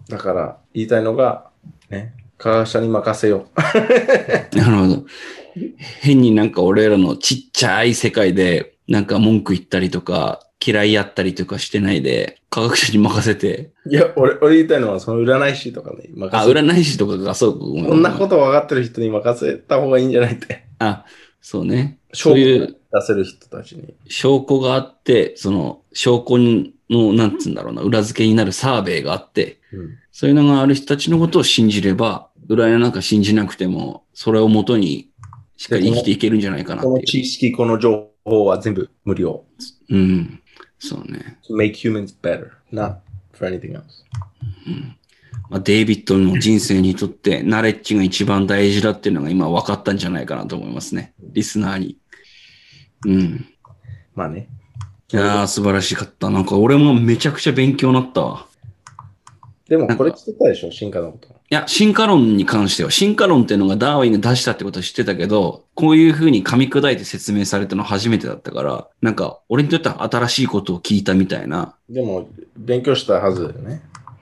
だから、言いたいのが、ね、科学者に任せよう。なるほど。変になんか俺らのちっちゃい世界でなんか文句言ったりとか嫌いやったりとかしてないで科学者に任せて。 いや、俺、俺言いたいのはその占い師とかね、任せあ、占い師とかがそう。 こんなこと分かってる人に任せた方がいいんじゃないって。 あ、そうね。 そういう出せる人たちに。 証拠があって、その証拠の、なんつうんだろうな、裏付けになるサーベイがあって、うん、そういうのがある人たちのことを信じれば、占いなんか信じなくても、それをもとにしっかり生きていけるんじゃないかなっていう。 この知識、この情報は全部無料。 うん。そうね。 To make humans better, not for anything else. うんまあ、デイビッドの人生にとってナレッジが一番大事だっていうのが今分かったんじゃないかなと思いますね。リスナーに。うん。 まあね。 いやー素晴らしかった。なんか俺もめちゃくちゃ勉強になったわ。 でもこれ知ってたでしょ進化のこと。 いや、進化論に関しては、進化論っていうのがダーウィンが出したってことは知ってたけど、こういう風に噛み砕いて説明されたの初めてだったから、なんか俺にとっては新しいことを聞いたみたいな。 でも勉強したはずだよね。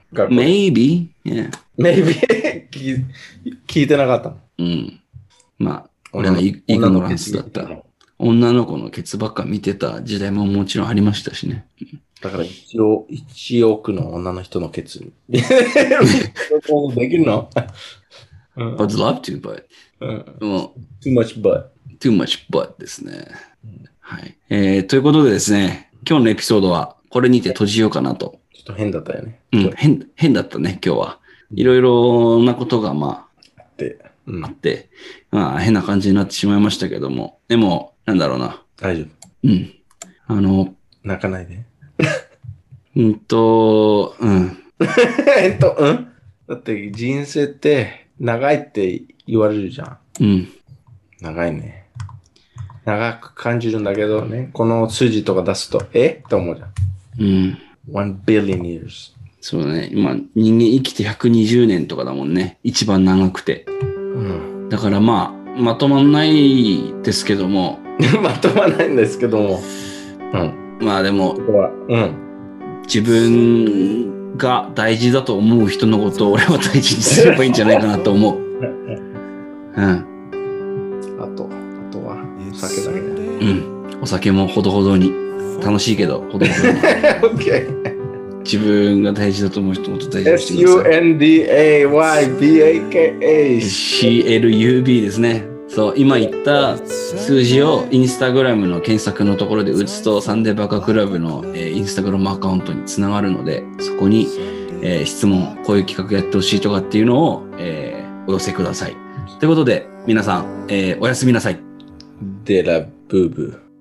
Maybe? Yeah. Maybe? 聞, 聞いてなかった。 うん。まあ、俺はイグノランスだった。女の子のケツばっか見てた時代ももちろんありましたしね。 だから一応、一億の女の人のケツに。できるの ?I'd love to, but. もう too much butt. Too much butt ですね。はい。えー、ということでですね、今日のエピソードはこれにて閉じようかなと。 ちょっと変だったよね。 うん、変、変だったね、今日は。いろいろなことが、まあ、 あって、 うん、あって、まあ、変な感じになってしまいましたけども、でも、なんだろうな。 大丈夫。 うん。あの、 泣かないで。 うんと、うん。 えっと、うんだって人生って長いって言われるじゃん。 うん。 長いね。長く感じるんだけどね、この数字とか出すと、えって思うじゃん。 うん。 one billion years。 そうだね。今、人間生きてひゃくにじゅうねんとかだもんね。一番長くて。うん。だからまあ、まとまんないですけども。 まとまらないんですけども。うん。 まあでも、 うん。 自分が大事だと思う人のことを俺は大事にすればいいんじゃないかなと思う。うん。 あと、あとは、お酒だけね。 うん。お酒もほどほどに。楽しいけど、ほどほどに。 OK。 自分が大事だと思う人もっと大事にしてください。 エスユーエヌディーエーワイビーエーケーエーシーエルユービー ですね。そう、今言った数字をインスタグラムの検索のところで打つとサンデーバカクラブの、えー、インスタグラムアカウントにつながるので、そこに、えー、質問、こういう企画やってほしいとかっていうのを、えー、お寄せください。ということで、皆さん、えー、おやすみなさい。 デラブーブー。